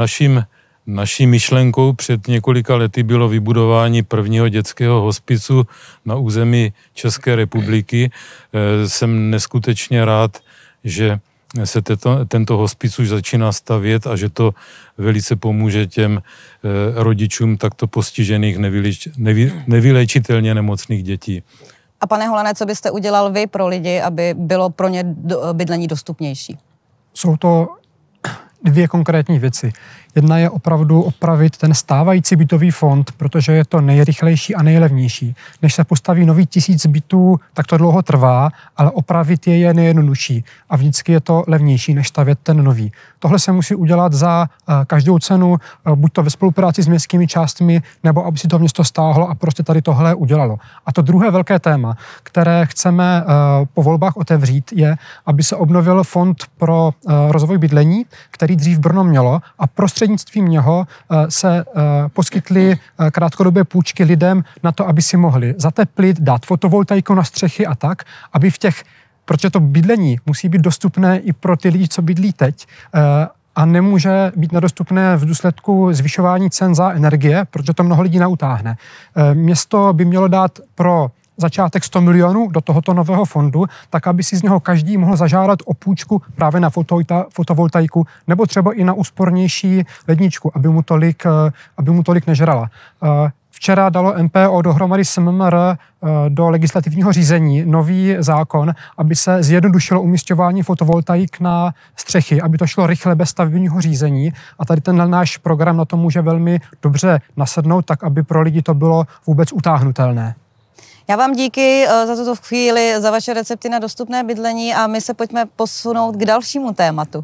naší myšlenkou před několika lety bylo vybudování prvního dětského hospicu na území České republiky. Jsem neskutečně rád, že se tento hospic už začíná stavět a že to velice pomůže těm rodičům takto postižených nevyléčitelně nemocných dětí. A pane Holane, co byste udělal vy pro lidi, aby bylo pro ně bydlení dostupnější? Jsou to 2 konkrétní věci. Jedna je opravdu opravit ten stávající bytový fond, protože je to nejrychlejší a nejlevnější. Než se postaví nový 1000 bytů, tak to dlouho trvá, ale opravit je nejjednodušší a vždycky je to levnější, než stavět ten nový. Tohle se musí udělat za každou cenu, buď to ve spolupráci s městskými částmi, nebo aby si to město stáhlo a prostě tady tohle udělalo. A to druhé velké téma, které chceme po volbách otevřít, je, aby se obnovil fond pro rozvoj bydlení, který dřív Brno mělo, a prostřednictvím něho se poskytly krátkodobé půjčky lidem na to, aby si mohli zateplit, dát fotovoltaiku na střechy a tak, aby protože to bydlení musí být dostupné i pro ty lidi, co bydlí teď, a nemůže být nedostupné v důsledku zvyšování cen za energie, protože to mnoho lidí nautáhne. Město by mělo dát pro začátek 100 milionů do tohoto nového fondu, tak aby si z něho každý mohl zažádat o půjčku právě na fotovoltaiku nebo třeba i na úspornější ledničku, aby mu tolik nežrala. Včera dalo MPO dohromady s MMR do legislativního řízení nový zákon, aby se zjednodušilo umísťování fotovoltaik na střechy, aby to šlo rychle bez stavebního řízení, a tady ten náš program na to může velmi dobře nasednout, tak aby pro lidi to bylo vůbec utáhnutelné. Já vám díky za tuto chvíli, za vaše recepty na dostupné bydlení, a my se pojďme posunout k dalšímu tématu.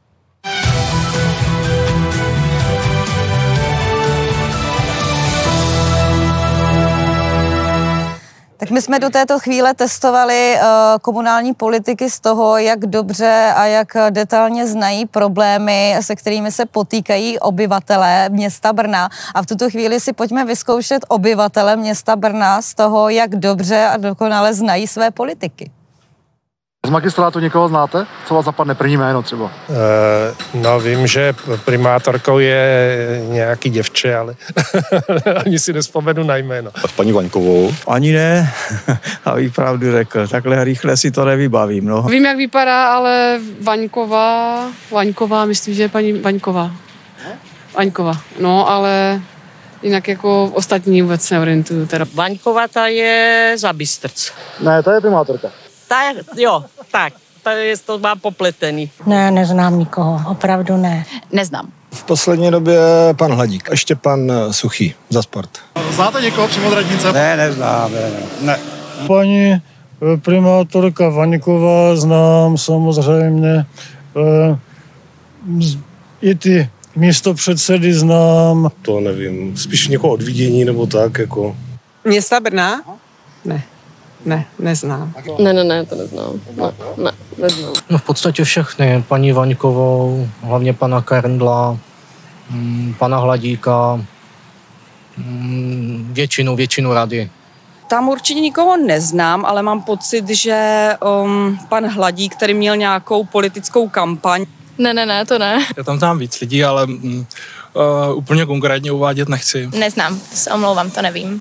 Tak my jsme do této chvíle testovali komunální politiky z toho, jak dobře a jak detailně znají problémy, se kterými se potýkají obyvatelé města Brna. A v tuto chvíli si pojďme vyzkoušet obyvatele města Brna z toho, jak dobře a dokonale znají své politiky. Z magistrátu někoho znáte? Co vás zapadne první jméno třeba? No vím, že primátorkou je nějaký děvče, ale ani si nespomenu na jméno. A s paní Vaňkovou? Ani ne, abych pravdu řekl. Takhle rychle si to nevybavím. No. Vím, jak vypadá, ale Vaňková, myslím, že je paní Vaňková. Vaňková, no, ale jinak jako ostatní vůbec neorientuju. Teda. Vaňková, ta je za Bystrc. Ne, to je primátorka. To má popletený. Ne, neznám nikoho, opravdu ne. Neznám. V poslední době pan Hladík, ještě pan Suchý za sport. Znáte někoho přímo od radnice? Ne, neznám. Ne. Paní primátorka Vaňková znám samozřejmě. I ty místopředsedy znám. To nevím, spíš někoho od vidění nebo tak jako. Města Brna? Ne, neznám. Ne, to neznám. Ne, neznám. No v podstatě všechny. Paní Vaňkovou, hlavně pana Kerndla, pana Hladíka, většinu rady. Tam určitě nikoho neznám, ale mám pocit, že pan Hladík, který měl nějakou politickou kampaň. Ne, to ne. Já tam znám víc lidí, ale úplně konkrétně uvádět nechci. Neznám, se omlouvám, to nevím.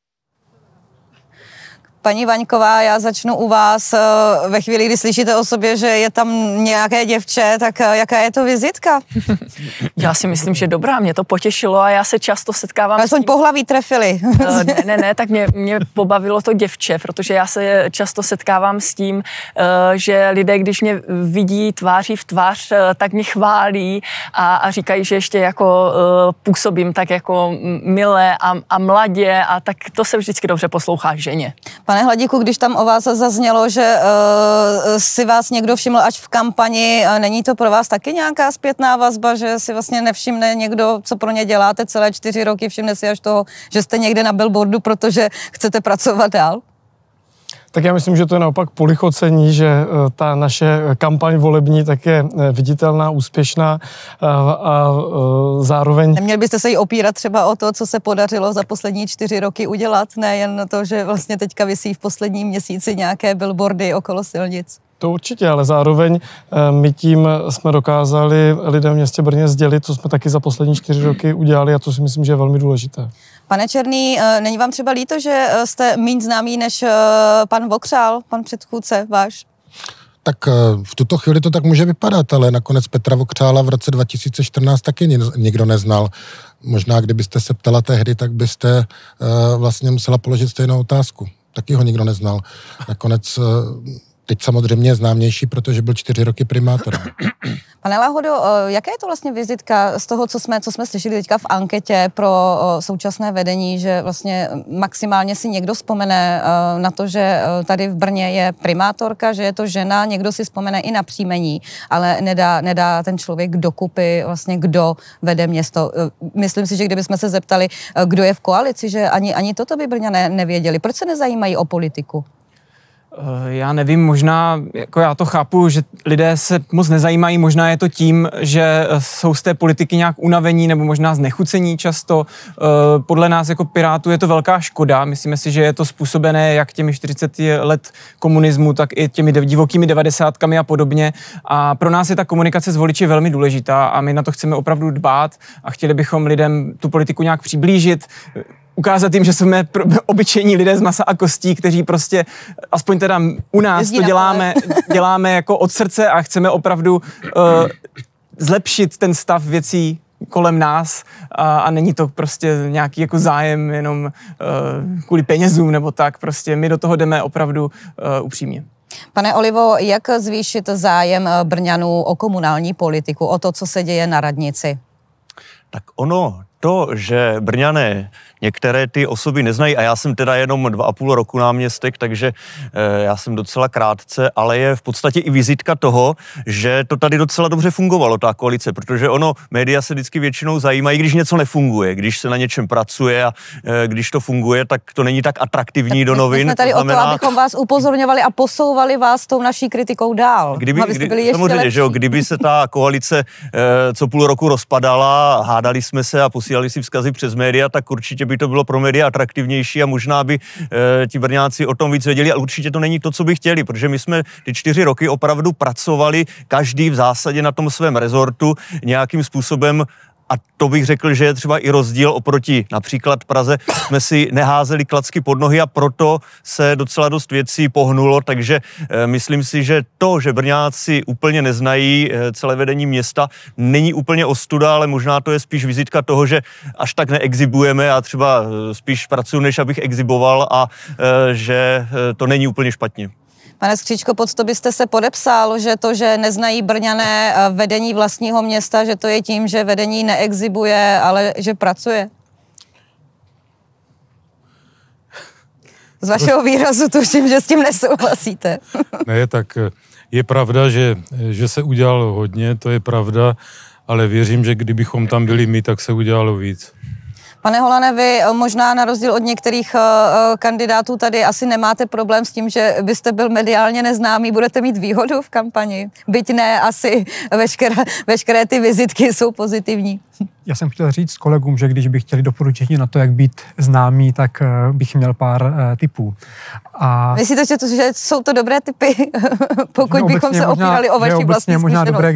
Paní Vaňková, já začnu u vás. Ve chvíli, kdy slyšíte o sobě, že je tam nějaké děvče, tak jaká je to vizitka? Já si myslím, že dobrá, mě to potěšilo a já se často setkávám... Alespoň pohlaví trefili. Ne, tak mě pobavilo to děvče, protože já se často setkávám s tím, že lidé, když mě vidí tváří v tvář, tak mě chválí a říkají, že ještě jako působím tak jako milé a mladě, a tak to se vždycky dobře poslouchá ženě. Pane Hladíku, když tam o vás zaznělo, že si vás někdo všiml až v kampani, není to pro vás taky nějaká zpětná vazba, že si vlastně nevšimne někdo, co pro ně děláte celé 4 roky, všimne si až toho, že jste někde na billboardu, protože chcete pracovat dál? Tak já myslím, že to je naopak polichocení, že ta naše kampaň volební tak je viditelná, úspěšná a zároveň... Neměli byste se jí opírat třeba o to, co se podařilo za poslední 4 roky udělat, nejen to, že vlastně teďka visí v posledním měsíci nějaké billboardy okolo silnic? To určitě, ale zároveň my tím jsme dokázali lidem v městě Brně sdělit, co jsme taky za poslední 4 roky udělali, a to si myslím, že je velmi důležité. Pane Černý, není vám třeba líto, že jste méně známý než pan Vokřál, pan předchůdce váš? Tak v tuto chvíli to tak může vypadat, ale nakonec Petra Vokřála v roce 2014 taky nikdo neznal. Možná, kdybyste se ptala tehdy, tak byste vlastně musela položit stejnou otázku. Taky ho nikdo neznal. Nakonec teď samozřejmě je známější, protože byl 4 roky primátorem. Pane Lahodo, jaká je to vlastně vizitka z toho, co jsme slyšeli teďka v anketě pro současné vedení, že vlastně maximálně si někdo vzpomene na to, že tady v Brně je primátorka, že je to žena, někdo si vzpomene i na příjmení, ale nedá ten člověk dokupy vlastně, kdo vede město. Myslím si, že kdybychom se zeptali, kdo je v koalici, že ani toto by Brňané nevěděli. Proč se nezajímají o politiku? Já nevím, možná, jako já to chápu, že lidé se moc nezajímají, možná je to tím, že jsou z té politiky nějak unavení nebo možná znechucení často. Podle nás jako Pirátů je to velká škoda, myslíme si, že je to způsobené jak těmi 40 let komunismu, tak i těmi divokými 90kami a podobně. A pro nás je ta komunikace s voliči velmi důležitá a my na to chceme opravdu dbát a chtěli bychom lidem tu politiku nějak přiblížit, ukázat jim, že jsme obyčejní lidé z masa a kostí, kteří prostě, aspoň teda u nás to děláme jako od srdce a chceme opravdu zlepšit ten stav věcí kolem nás a není to prostě nějaký jako zájem jenom kvůli penězům nebo tak, prostě my do toho jdeme opravdu upřímně. Pane Olivo, jak zvýšit zájem Brňanů o komunální politiku, o to, co se děje na radnici? Tak to, že Brňané některé ty osoby neznají, a já jsem teda jenom 2,5 roku náměstek, takže já jsem docela krátce, ale je v podstatě i vizitka toho, že to tady docela dobře fungovalo, ta koalice, protože média se vždycky většinou zajímají, když něco nefunguje, když se na něčem pracuje a když to funguje, tak to není tak atraktivní do novin. Jsme tady o to, abychom vás upozorňovali a posouvali vás tou naší kritikou dál. Samozřejmě, že jo, kdyby se ta koalice co půl roku rozpadala, hádali jsme se a posílali si vzkazy přes média, tak určitě by to bylo pro média atraktivnější a možná by ti Brňáci o tom víc věděli, ale určitě to není to, co by chtěli, protože my jsme ty 4 roky opravdu pracovali, každý v zásadě na tom svém rezortu nějakým způsobem. A to bych řekl, že je třeba i rozdíl oproti například Praze. Jsme si neházeli klacky pod nohy a proto se docela dost věcí pohnulo, takže myslím si, že to, že Brňáci úplně neznají celé vedení města, není úplně ostuda, ale možná to je spíš vizitka toho, že až tak neexibujeme a třeba spíš pracuji, než abych exiboval a že to není úplně špatně. Pane Skříčko, pod to byste se podepsal, že to, že neznají Brňané vedení vlastního města, že to je tím, že vedení neexibuje, ale že pracuje? Z vašeho výrazu tuším, že s tím nesouhlasíte. Ne, tak je pravda, že se udělalo hodně, to je pravda, ale věřím, že kdybychom tam byli my, tak se udělalo víc. Pane Holane, vy možná na rozdíl od některých kandidátů tady asi nemáte problém s tím, že byste byl mediálně neznámý, budete mít výhodu v kampani. Byť ne, asi veškeré ty vizitky jsou pozitivní. Já jsem chtěl říct kolegům, že když by chtěli doporučení na to, jak být známý, tak bych měl pár tipů. Myslíte, že jsou to dobré tipy, pokud bychom se opírali o vaši vlastní zkušenost? Je možná dobré,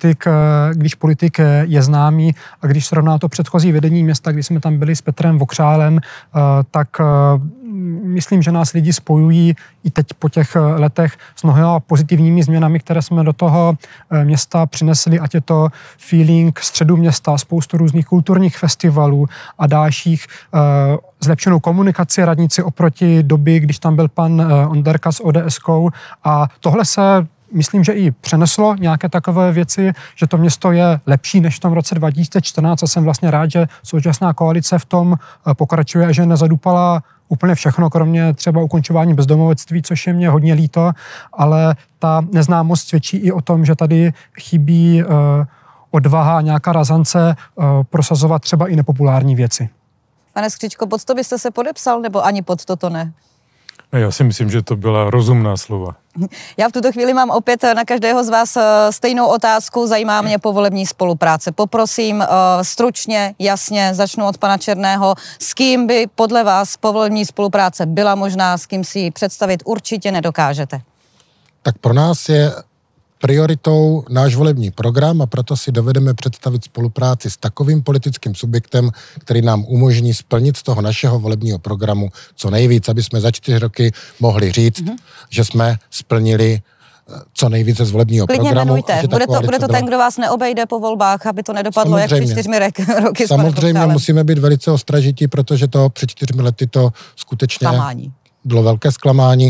když politik je známý a když srovná to předchozí vedení města, když jsme tam byli s Petrem Vokřálem, tak myslím, že nás lidi spojují i teď po těch letech s mnoha pozitivními změnami, které jsme do toho města přinesli, ať je to feeling středu města, spoustu různých kulturních festivalů a dalších, zlepšenou komunikaci radnici oproti době, když tam byl pan Onderka s ODS-kou a tohle se myslím, že i přeneslo nějaké takové věci, že to město je lepší než v tom roce 2014 a jsem vlastně rád, že současná koalice v tom pokračuje a že nezadupala úplně všechno, kromě třeba ukončování bezdomovectví, což je mě hodně líto, ale ta neznámost svědčí i o tom, že tady chybí odvaha a nějaká razance prosazovat třeba i nepopulární věci. Pane Skříčko, pod to byste se podepsal, nebo ani pod toto ne? Já si myslím, že to byla rozumná slova. Já v tuto chvíli mám opět na každého z vás stejnou otázku, zajímá mě povolební spolupráce. Poprosím stručně, jasně, začnu od pana Černého. S kým by podle vás povolební spolupráce byla možná, s kým si ji představit určitě nedokážete? Tak pro nás je prioritou náš volební program a proto si dovedeme představit spolupráci s takovým politickým subjektem, který nám umožní splnit z toho našeho volebního programu co nejvíc, aby jsme za 4 roky mohli říct, že jsme splnili co nejvíce z volebního programu. Bude to ten, kdo vás neobejde po volbách, aby to nedopadlo samozřejmě, jak před 4 roky. Samozřejmě musíme být velice ostražití, protože to před 4 lety to skutečně bylo velké zklamání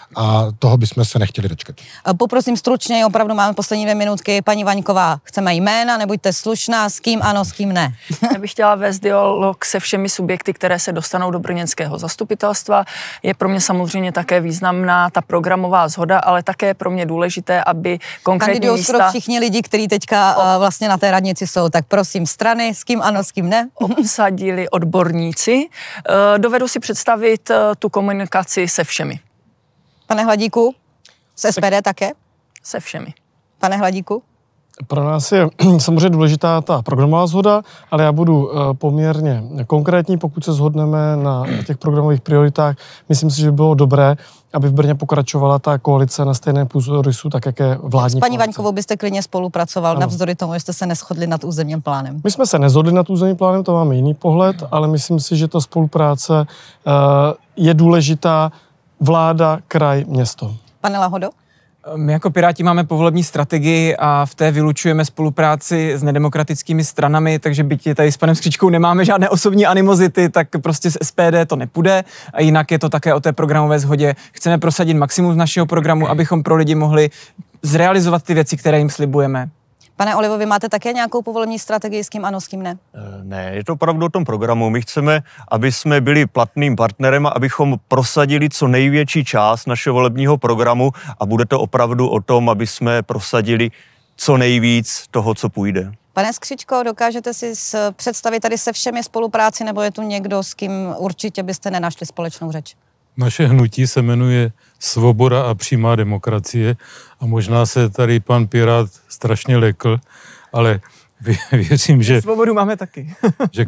a toho bychom se nechtěli dočkat. Poprosím stručně, opravdu máme poslední 2 minutky. Paní Vaňková, chceme jména, nebuďte slušná, s kým ano, s kým ne. Já bych chtěla vést dialog se všemi subjekty, které se dostanou do brněnského zastupitelstva. Je pro mě samozřejmě také významná ta programová shoda, ale také je pro mě důležité, aby konkrétní Kandidují místa... skoro všichni lidi, kteří teďka vlastně na té radnici jsou. Tak prosím, strany, s kým ano, s kým ne. Obsadili odborníci. Dovedu si představit tu komunikaci se všemi. Pane Hladíku, z SPD také? Se všemi. Pane Hladíku? Pro nás je samozřejmě důležitá ta programová shoda, ale já budu poměrně konkrétní, pokud se shodneme na těch programových prioritách. Myslím si, že by bylo dobré, aby v Brně pokračovala ta koalice na stejném půdorysu, tak jak je vládní S paní koalice. Vaňkovou byste klidně spolupracoval, Ano. navzdory tomu, že jste se neshodli nad územním plánem. My jsme se nezhodli nad územním plánem, to máme jiný pohled, ale myslím si, že ta spolupráce je důležitá. Vláda, kraj, město. Pane Lahodo? My jako Piráti máme povolební strategii a v té vylučujeme spolupráci s nedemokratickými stranami, takže byť tady s panem Skřičkou nemáme žádné osobní animozity, tak prostě z SPD to nepůjde. A jinak je to také o té programové shodě. Chceme prosadit maximum z našeho programu, abychom pro lidi mohli zrealizovat ty věci, které jim slibujeme. Pane Olivo, vy máte také nějakou povolební strategii, s kým ano, s kým ne? Ne, je to opravdu o tom programu. My chceme, aby jsme byli platným partnerem a abychom prosadili co největší část našeho volebního programu a bude to opravdu o tom, aby jsme prosadili co nejvíc toho, co půjde. Pane Skřičko, dokážete si představit tady se všemi spolupráci, nebo je tu někdo, s kým určitě byste nenašli společnou řeč? Naše hnutí se jmenuje Svoboda a přímá demokracie a možná se tady pan Pirát strašně lekl, ale věřím, že... Svobodu máme taky. že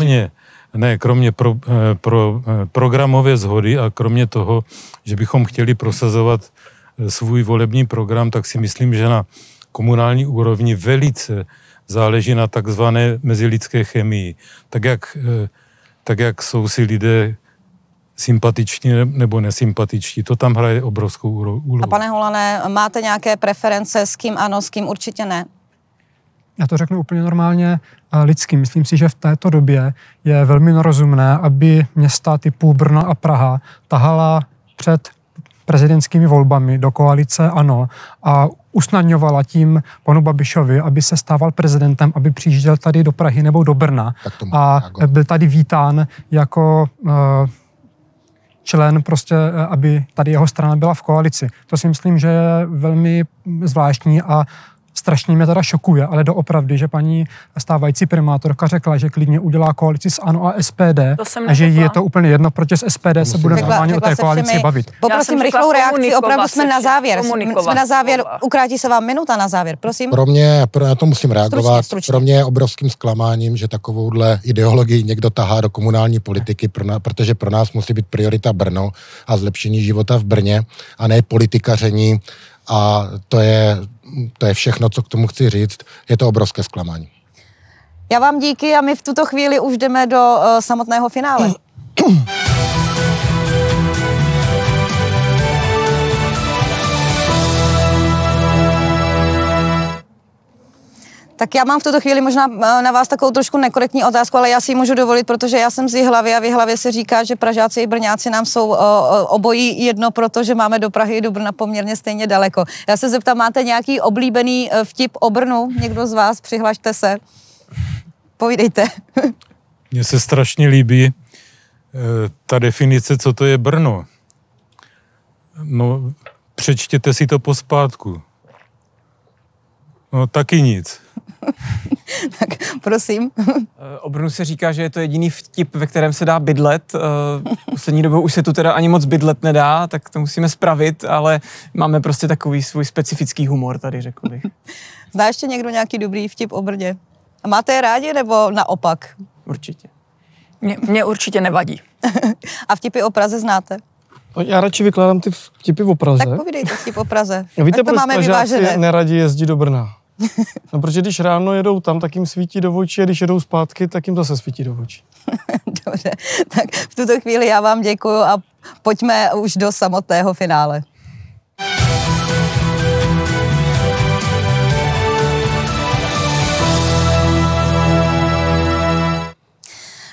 kromě programové shody a kromě toho, že bychom chtěli prosazovat svůj volební program, tak si myslím, že na komunální úrovni velice záleží na takzvané mezilidské chemii. Tak jak jsou si lidé sympatiční nebo nesympatičtí. To tam hraje obrovskou úlohu. A pane Holané, máte nějaké preference, s kým ano, s kým určitě ne? Já to řeknu úplně normálně lidsky. Myslím si, že v této době je velmi nerozumné, aby města typu Brno a Praha tahala před prezidentskými volbami do koalice ANO a usnadňovala tím panu Babišovi, aby se stával prezidentem, aby přijížděl tady do Prahy nebo do Brna a byl tady vítán jako člen prostě, aby tady jeho strana byla v koalici. To si myslím, že je velmi zvláštní a strašně mě teda šokuje, ale doopravdy, že paní stávající primátorka řekla, že klidně udělá koalici s ANO a SPD a že jí je to úplně jedno, protože s SPD se bude normálně o té koalici bavit. Poprosím rychlou reakci, opravdu jsme na závěr. Jsme na závěr, ukrátí se vám minuta na závěr, prosím. Na to musím reagovat. Stručně. Pro mě je obrovským zklamáním, že takovouhle ideologii někdo tahá do komunální politiky, protože pro nás musí být priorita Brno a zlepšení života v Brně a ne politikaření. A to je všechno, co k tomu chci říct. Je to obrovské zklamání. Já vám díky a my v tuto chvíli už jdeme do samotného finále. Tak já mám v tuto chvíli možná na vás takovou trošku nekorektní otázku, ale já si ji můžu dovolit, protože já jsem z Jihlavy a v Jihlavě se říká, že Pražáci i Brňáci nám jsou obojí jedno, protože máme do Prahy i do Brna poměrně stejně daleko. Já se zeptám, máte nějaký oblíbený vtip o Brnu? Někdo z vás? Přihlašte se. Povídejte. Mně se strašně líbí ta definice, co to je Brno. No, přečtěte si to pospátku. No, taky nic. Tak prosím. O Brnu se říká, že je to jediný vtip, ve kterém se dá bydlet. Poslední dobou už se tu teda ani moc bydlet nedá, tak to musíme spravit, ale máme prostě takový svůj specifický humor tady, řekl bych. Zná ještě někdo nějaký dobrý vtip o Brně? A máte je rádi nebo naopak? Určitě. Mě určitě nevadí. A vtipy o Praze znáte? Já radši vykládám ty vtipy o Praze. Tak povídejte vtip o Praze. Víte, tak to máme vyvážené. Neradí jezdí do Brna. No, protože když ráno jedou tam, tak jim svítí do očí a když jedou zpátky, tak jim zase svítí do očí. Dobře, tak v tuto chvíli já vám děkuju a pojďme už do samotného finále.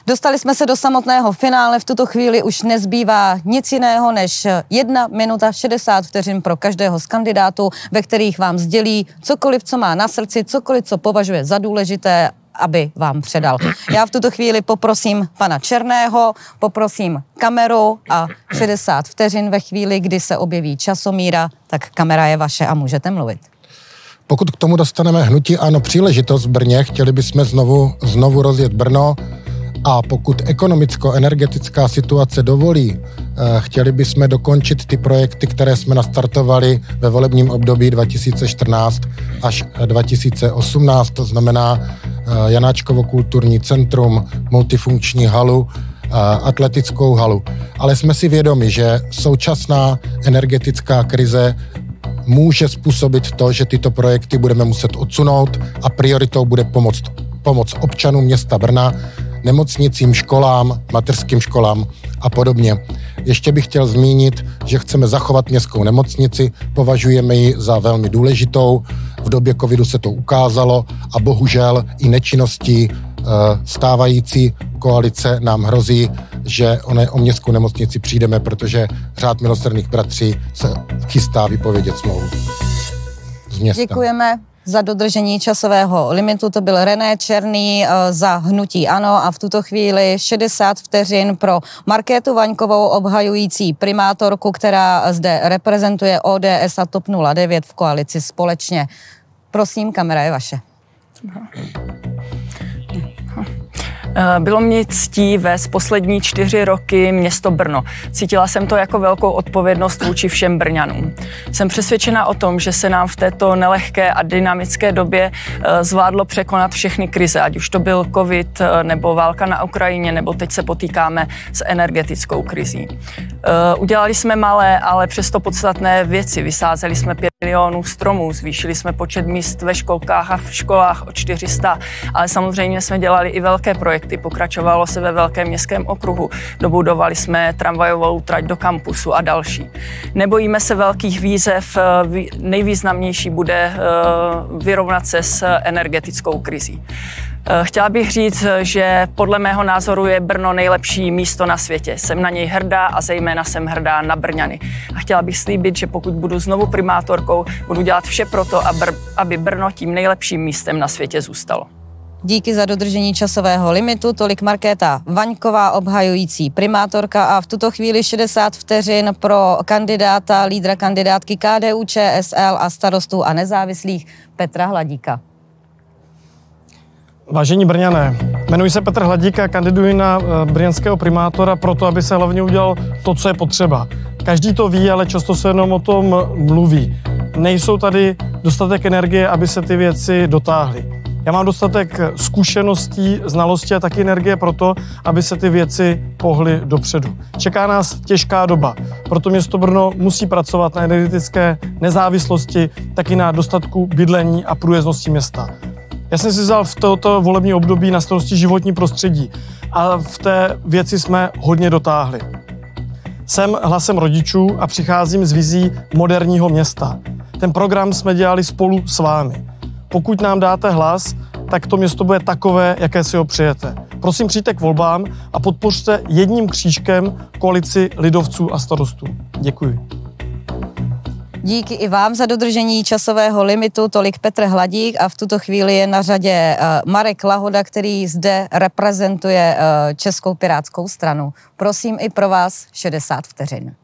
Dostali jsme se do samotného finále, v tuto chvíli už nezbývá nic jiného než 1 minuta 60 vteřin pro každého z kandidátů, ve kterých vám sdělí cokoliv, co má na srdci, cokoliv, co považuje za důležité, aby vám předal. Já v tuto chvíli poprosím pana Černého, poprosím kameru a 60 vteřin ve chvíli, kdy se objeví časomíra, tak kamera je vaše a můžete mluvit. Pokud k tomu dostaneme hnutí ANO příležitost v Brně, chtěli bychom znovu rozjet Brno, a pokud ekonomicko-energetická situace dovolí, chtěli bychom dokončit ty projekty, které jsme nastartovali ve volebním období 2014 až 2018, to znamená Janáčkovo kulturní centrum, multifunkční halu, atletickou halu. Ale jsme si vědomi, že současná energetická krize může způsobit to, že tyto projekty budeme muset odsunout a prioritou bude pomoc občanům města Brna, nemocnicím, školám, mateřským školám a podobně. Ještě bych chtěl zmínit, že chceme zachovat městskou nemocnici, považujeme ji za velmi důležitou. V době covidu se to ukázalo a bohužel i nečinností stávající koalice nám hrozí, že o městskou nemocnici přijdeme, protože řád milosrdných bratří se chystá vypovědět smlouvu z města. Děkujeme za dodržení časového limitu. To byl René Černý za hnutí ANO a v tuto chvíli 60 vteřin pro Markétu Vaňkovou, obhajující primátorku, která zde reprezentuje ODS a TOP 09 v koalici Společně. Prosím, kamera je vaše. Bylo mi ctí vést poslední 4 roky město Brno. Cítila jsem to jako velkou odpovědnost vůči všem Brňanům. Jsem přesvědčena o tom, že se nám v této nelehké a dynamické době zvládlo překonat všechny krize, ať už to byl covid, nebo válka na Ukrajině, nebo teď se potýkáme s energetickou krizí. Udělali jsme malé, ale přesto podstatné věci. Vysázeli jsme 5 milionů stromů, zvýšili jsme počet míst ve školkách a v školách o 400, ale samozřejmě jsme dělali i velké projekty. Pokračovalo se ve velkém městském okruhu, dobudovali jsme tramvajovou trať do kampusu a další. Nebojíme se velkých výzev, nejvýznamnější bude vyrovnat se s energetickou krizí. Chtěla bych říct, že podle mého názoru je Brno nejlepší místo na světě. Jsem na něj hrdá a zejména jsem hrdá na Brňany. A chtěla bych slíbit, že pokud budu znovu primátorkou, budu dělat vše pro to, aby Brno tím nejlepším místem na světě zůstalo. Díky za dodržení časového limitu, tolik Markéta Vaňková, obhajující primátorka a v tuto chvíli 60 vteřin pro kandidáta, lídra kandidátky KDU, ČSL a starostů a nezávislých Petra Hladíka. Vážení Brňané, jmenuji se Petr Hladík a kandiduji na brněnského primátora proto, aby se hlavně udělal to, co je potřeba. Každý to ví, ale často se jenom o tom mluví. Nejsou tady dostatek energie, aby se ty věci dotáhly. Já mám dostatek zkušeností, znalostí a taky energie pro to, aby se ty věci pohly dopředu. Čeká nás těžká doba, proto město Brno musí pracovat na energetické nezávislosti, taky na dostatku bydlení a průjezdnosti města. Já jsem si vzal v toto volební období na starosti životní prostředí a v té věci jsme hodně dotáhli. Jsem hlasem rodičů a přicházím z vizí moderního města. Ten program jsme dělali spolu s vámi. Pokud nám dáte hlas, tak to město bude takové, jaké si ho přejete. Prosím, přijďte k volbám a podpořte jedním křížkem koalici lidovců a starostů. Děkuji. Díky i vám za dodržení časového limitu, tolik Petr Hladík a v tuto chvíli je na řadě Marek Lahoda, který zde reprezentuje Českou pirátskou stranu. Prosím i pro vás 60 vteřin.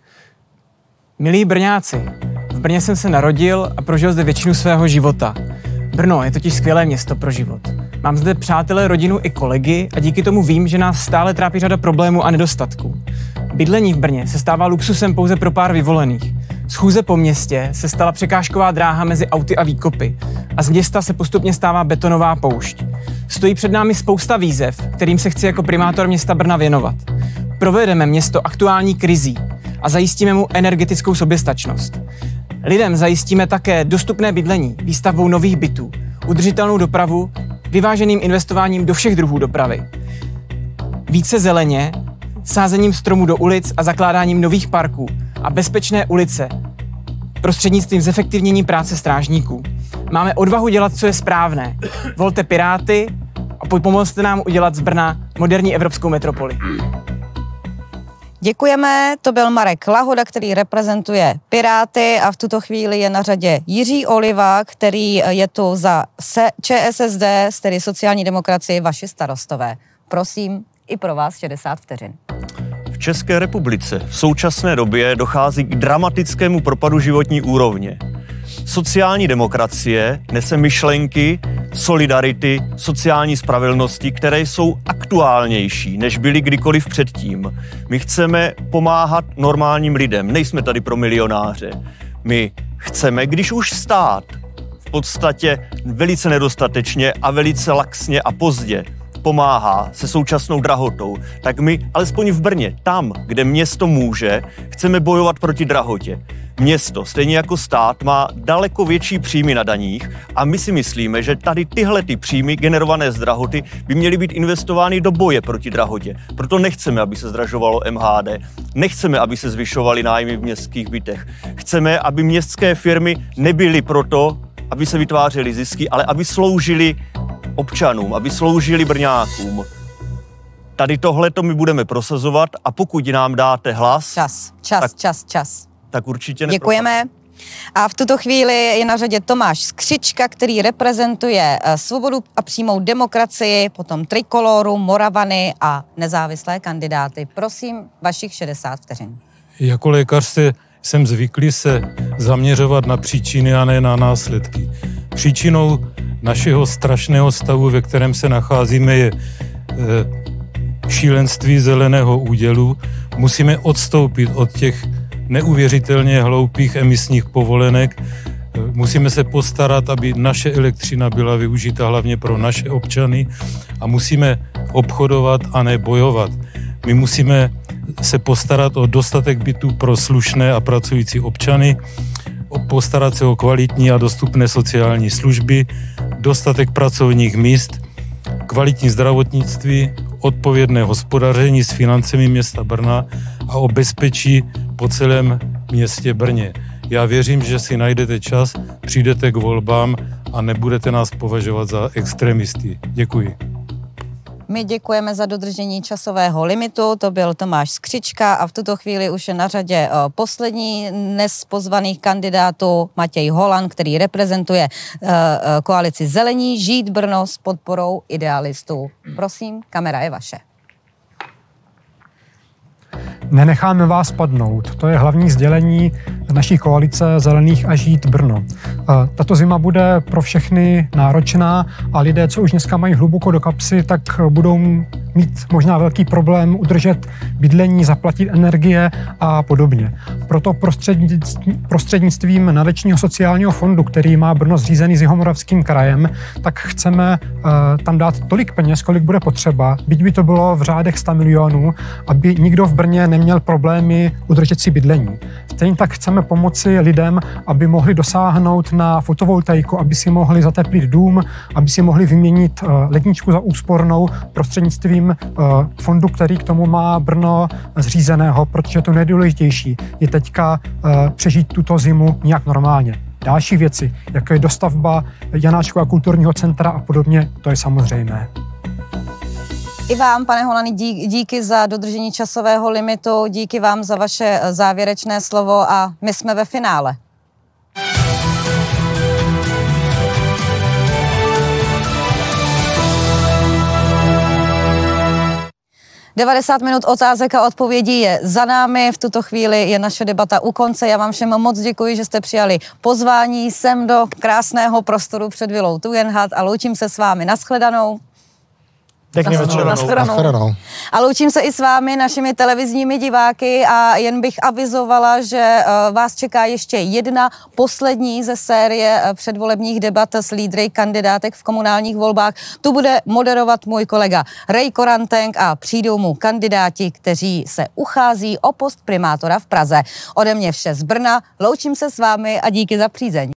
Milí Brňáci, v Brně jsem se narodil a prožil zde většinu svého života. Brno je totiž skvělé město pro život. Mám zde přátelé, rodinu i kolegy a díky tomu vím, že nás stále trápí řada problémů a nedostatků. Bydlení v Brně se stává luxusem pouze pro pár vyvolených. Schůze po městě se stala překážková dráha mezi auty a výkopy a z města se postupně stává betonová poušť. Stojí před námi spousta výzev, kterým se chci jako primátor města Brna věnovat. Provedeme město aktuální krizí a zajistíme mu energetickou soběstačnost. Lidem zajistíme také dostupné bydlení, výstavbou nových bytů, udržitelnou dopravu, vyváženým investováním do všech druhů dopravy. Více zeleně, sázením stromů do ulic a zakládáním nových parků a bezpečné ulice prostřednictvím zefektivnění práce strážníků. Máme odvahu dělat, co je správné. Volte Piráty a pomozte nám udělat z Brna moderní evropskou metropoli. Děkujeme, to byl Marek Lahoda, který reprezentuje Piráty a v tuto chvíli je na řadě Jiří Oliva, který je tu za ČSSD, tedy sociální demokracii, vaši starostové. Prosím, i pro vás 60 vteřin. V České republice v současné době dochází k dramatickému propadu životní úrovně. Sociální demokracie nese myšlenky solidarity, sociální spravedlnosti, které jsou aktuálnější, než byly kdykoliv předtím. My chceme pomáhat normálním lidem, nejsme tady pro milionáře. My chceme, když už stát v podstatě velice nedostatečně a velice laxně a pozdě pomáhá se současnou drahotou, tak my, alespoň v Brně, tam, kde město může, chceme bojovat proti drahotě. Město, stejně jako stát, má daleko větší příjmy na daních a my si myslíme, že tady tyhle ty příjmy generované z drahoty by měly být investovány do boje proti drahotě. Proto nechceme, aby se zdražovalo MHD, nechceme, aby se zvyšovaly nájmy v městských bytech. Chceme, aby městské firmy nebyly proto, aby se vytvářely zisky, ale aby sloužily občanům, aby sloužili Brňákům. Tady tohleto my budeme prosazovat a pokud nám dáte hlas... Čas. Tak určitě Děkujeme. A v tuto chvíli je na řadě Tomáš Skřička, který reprezentuje Svobodu a přímou demokracii, potom Trikoloru, Moravany a nezávislé kandidáty. Prosím, vašich 60 vteřin. Jako lékař jsem zvyklý se zaměřovat na příčiny a ne na následky. Příčinou našeho strašného stavu, ve kterém se nacházíme, je šílenství zeleného údělu. Musíme odstoupit od těch neuvěřitelně hloupých emisních povolenek. Musíme se postarat, aby naše elektřina byla využita hlavně pro naše občany a musíme obchodovat a ne bojovat. My musíme se postarat o dostatek bytů pro slušné a pracující občany, postarat se o kvalitní a dostupné sociální služby, dostatek pracovních míst, kvalitní zdravotnictví, odpovědné hospodaření s financemi města Brna a o bezpečí po celém městě Brně. Já věřím, že si najdete čas, přijdete k volbám a nebudete nás považovat za extremisty. Děkuji. My děkujeme za dodržení časového limitu, to byl Tomáš Skřička a v tuto chvíli už je na řadě poslední dnes pozvaných kandidátů Matěj Holan, který reprezentuje koalici Zelení Žít Brno s podporou idealistů. Prosím, kamera je vaše. Nenecháme vás padnout. To je hlavní sdělení naší koalice Zelených a Žít Brno. Tato zima bude pro všechny náročná a lidé, co už dneska mají hluboko do kapsy, tak budou mít možná velký problém udržet bydlení, zaplatit energie a podobně. Proto prostřednictvím Nadačního sociálního fondu, který má Brno zřízený s Jihomoravským krajem, tak chceme tam dát tolik peněz, kolik bude potřeba, byť by to bylo v řádech 100 milionů, aby nikdo v Brně neměl problémy udržet si bydlení. Stejně tak chceme pomoci lidem, aby mohli dosáhnout na fotovoltaiku, aby si mohli zateplit dům, aby si mohli vyměnit ledničku za úspornou prostřednictvím fondu, který k tomu má Brno zřízeného, protože to nejdůležitější je teďka přežít tuto zimu nějak normálně. Další věci, jako je dostavba Janáčkova kulturního centra a podobně, to je samozřejmé. I vám, pane Holany, díky za dodržení časového limitu, díky vám za vaše závěrečné slovo a my jsme ve finále. – 90 minut otázek a odpovědí je za námi. V tuto chvíli je naše debata u konce. Já vám všem moc děkuji, že jste přijali pozvání sem do krásného prostoru před vilou Tugendhat a loučím se s vámi. Naschledanou. Pěkný večer. Naschledanou. A loučím se i s vámi, našimi televizními diváky a jen bych avizovala, že vás čeká ještě jedna poslední ze série předvolebních debat s lídry kandidátek v komunálních volbách. Tu bude moderovat můj kolega Ray Koranteng a přijdou mu kandidáti, kteří se uchází o post primátora v Praze. Ode mě vše z Brna, loučím se s vámi a díky za přízeň.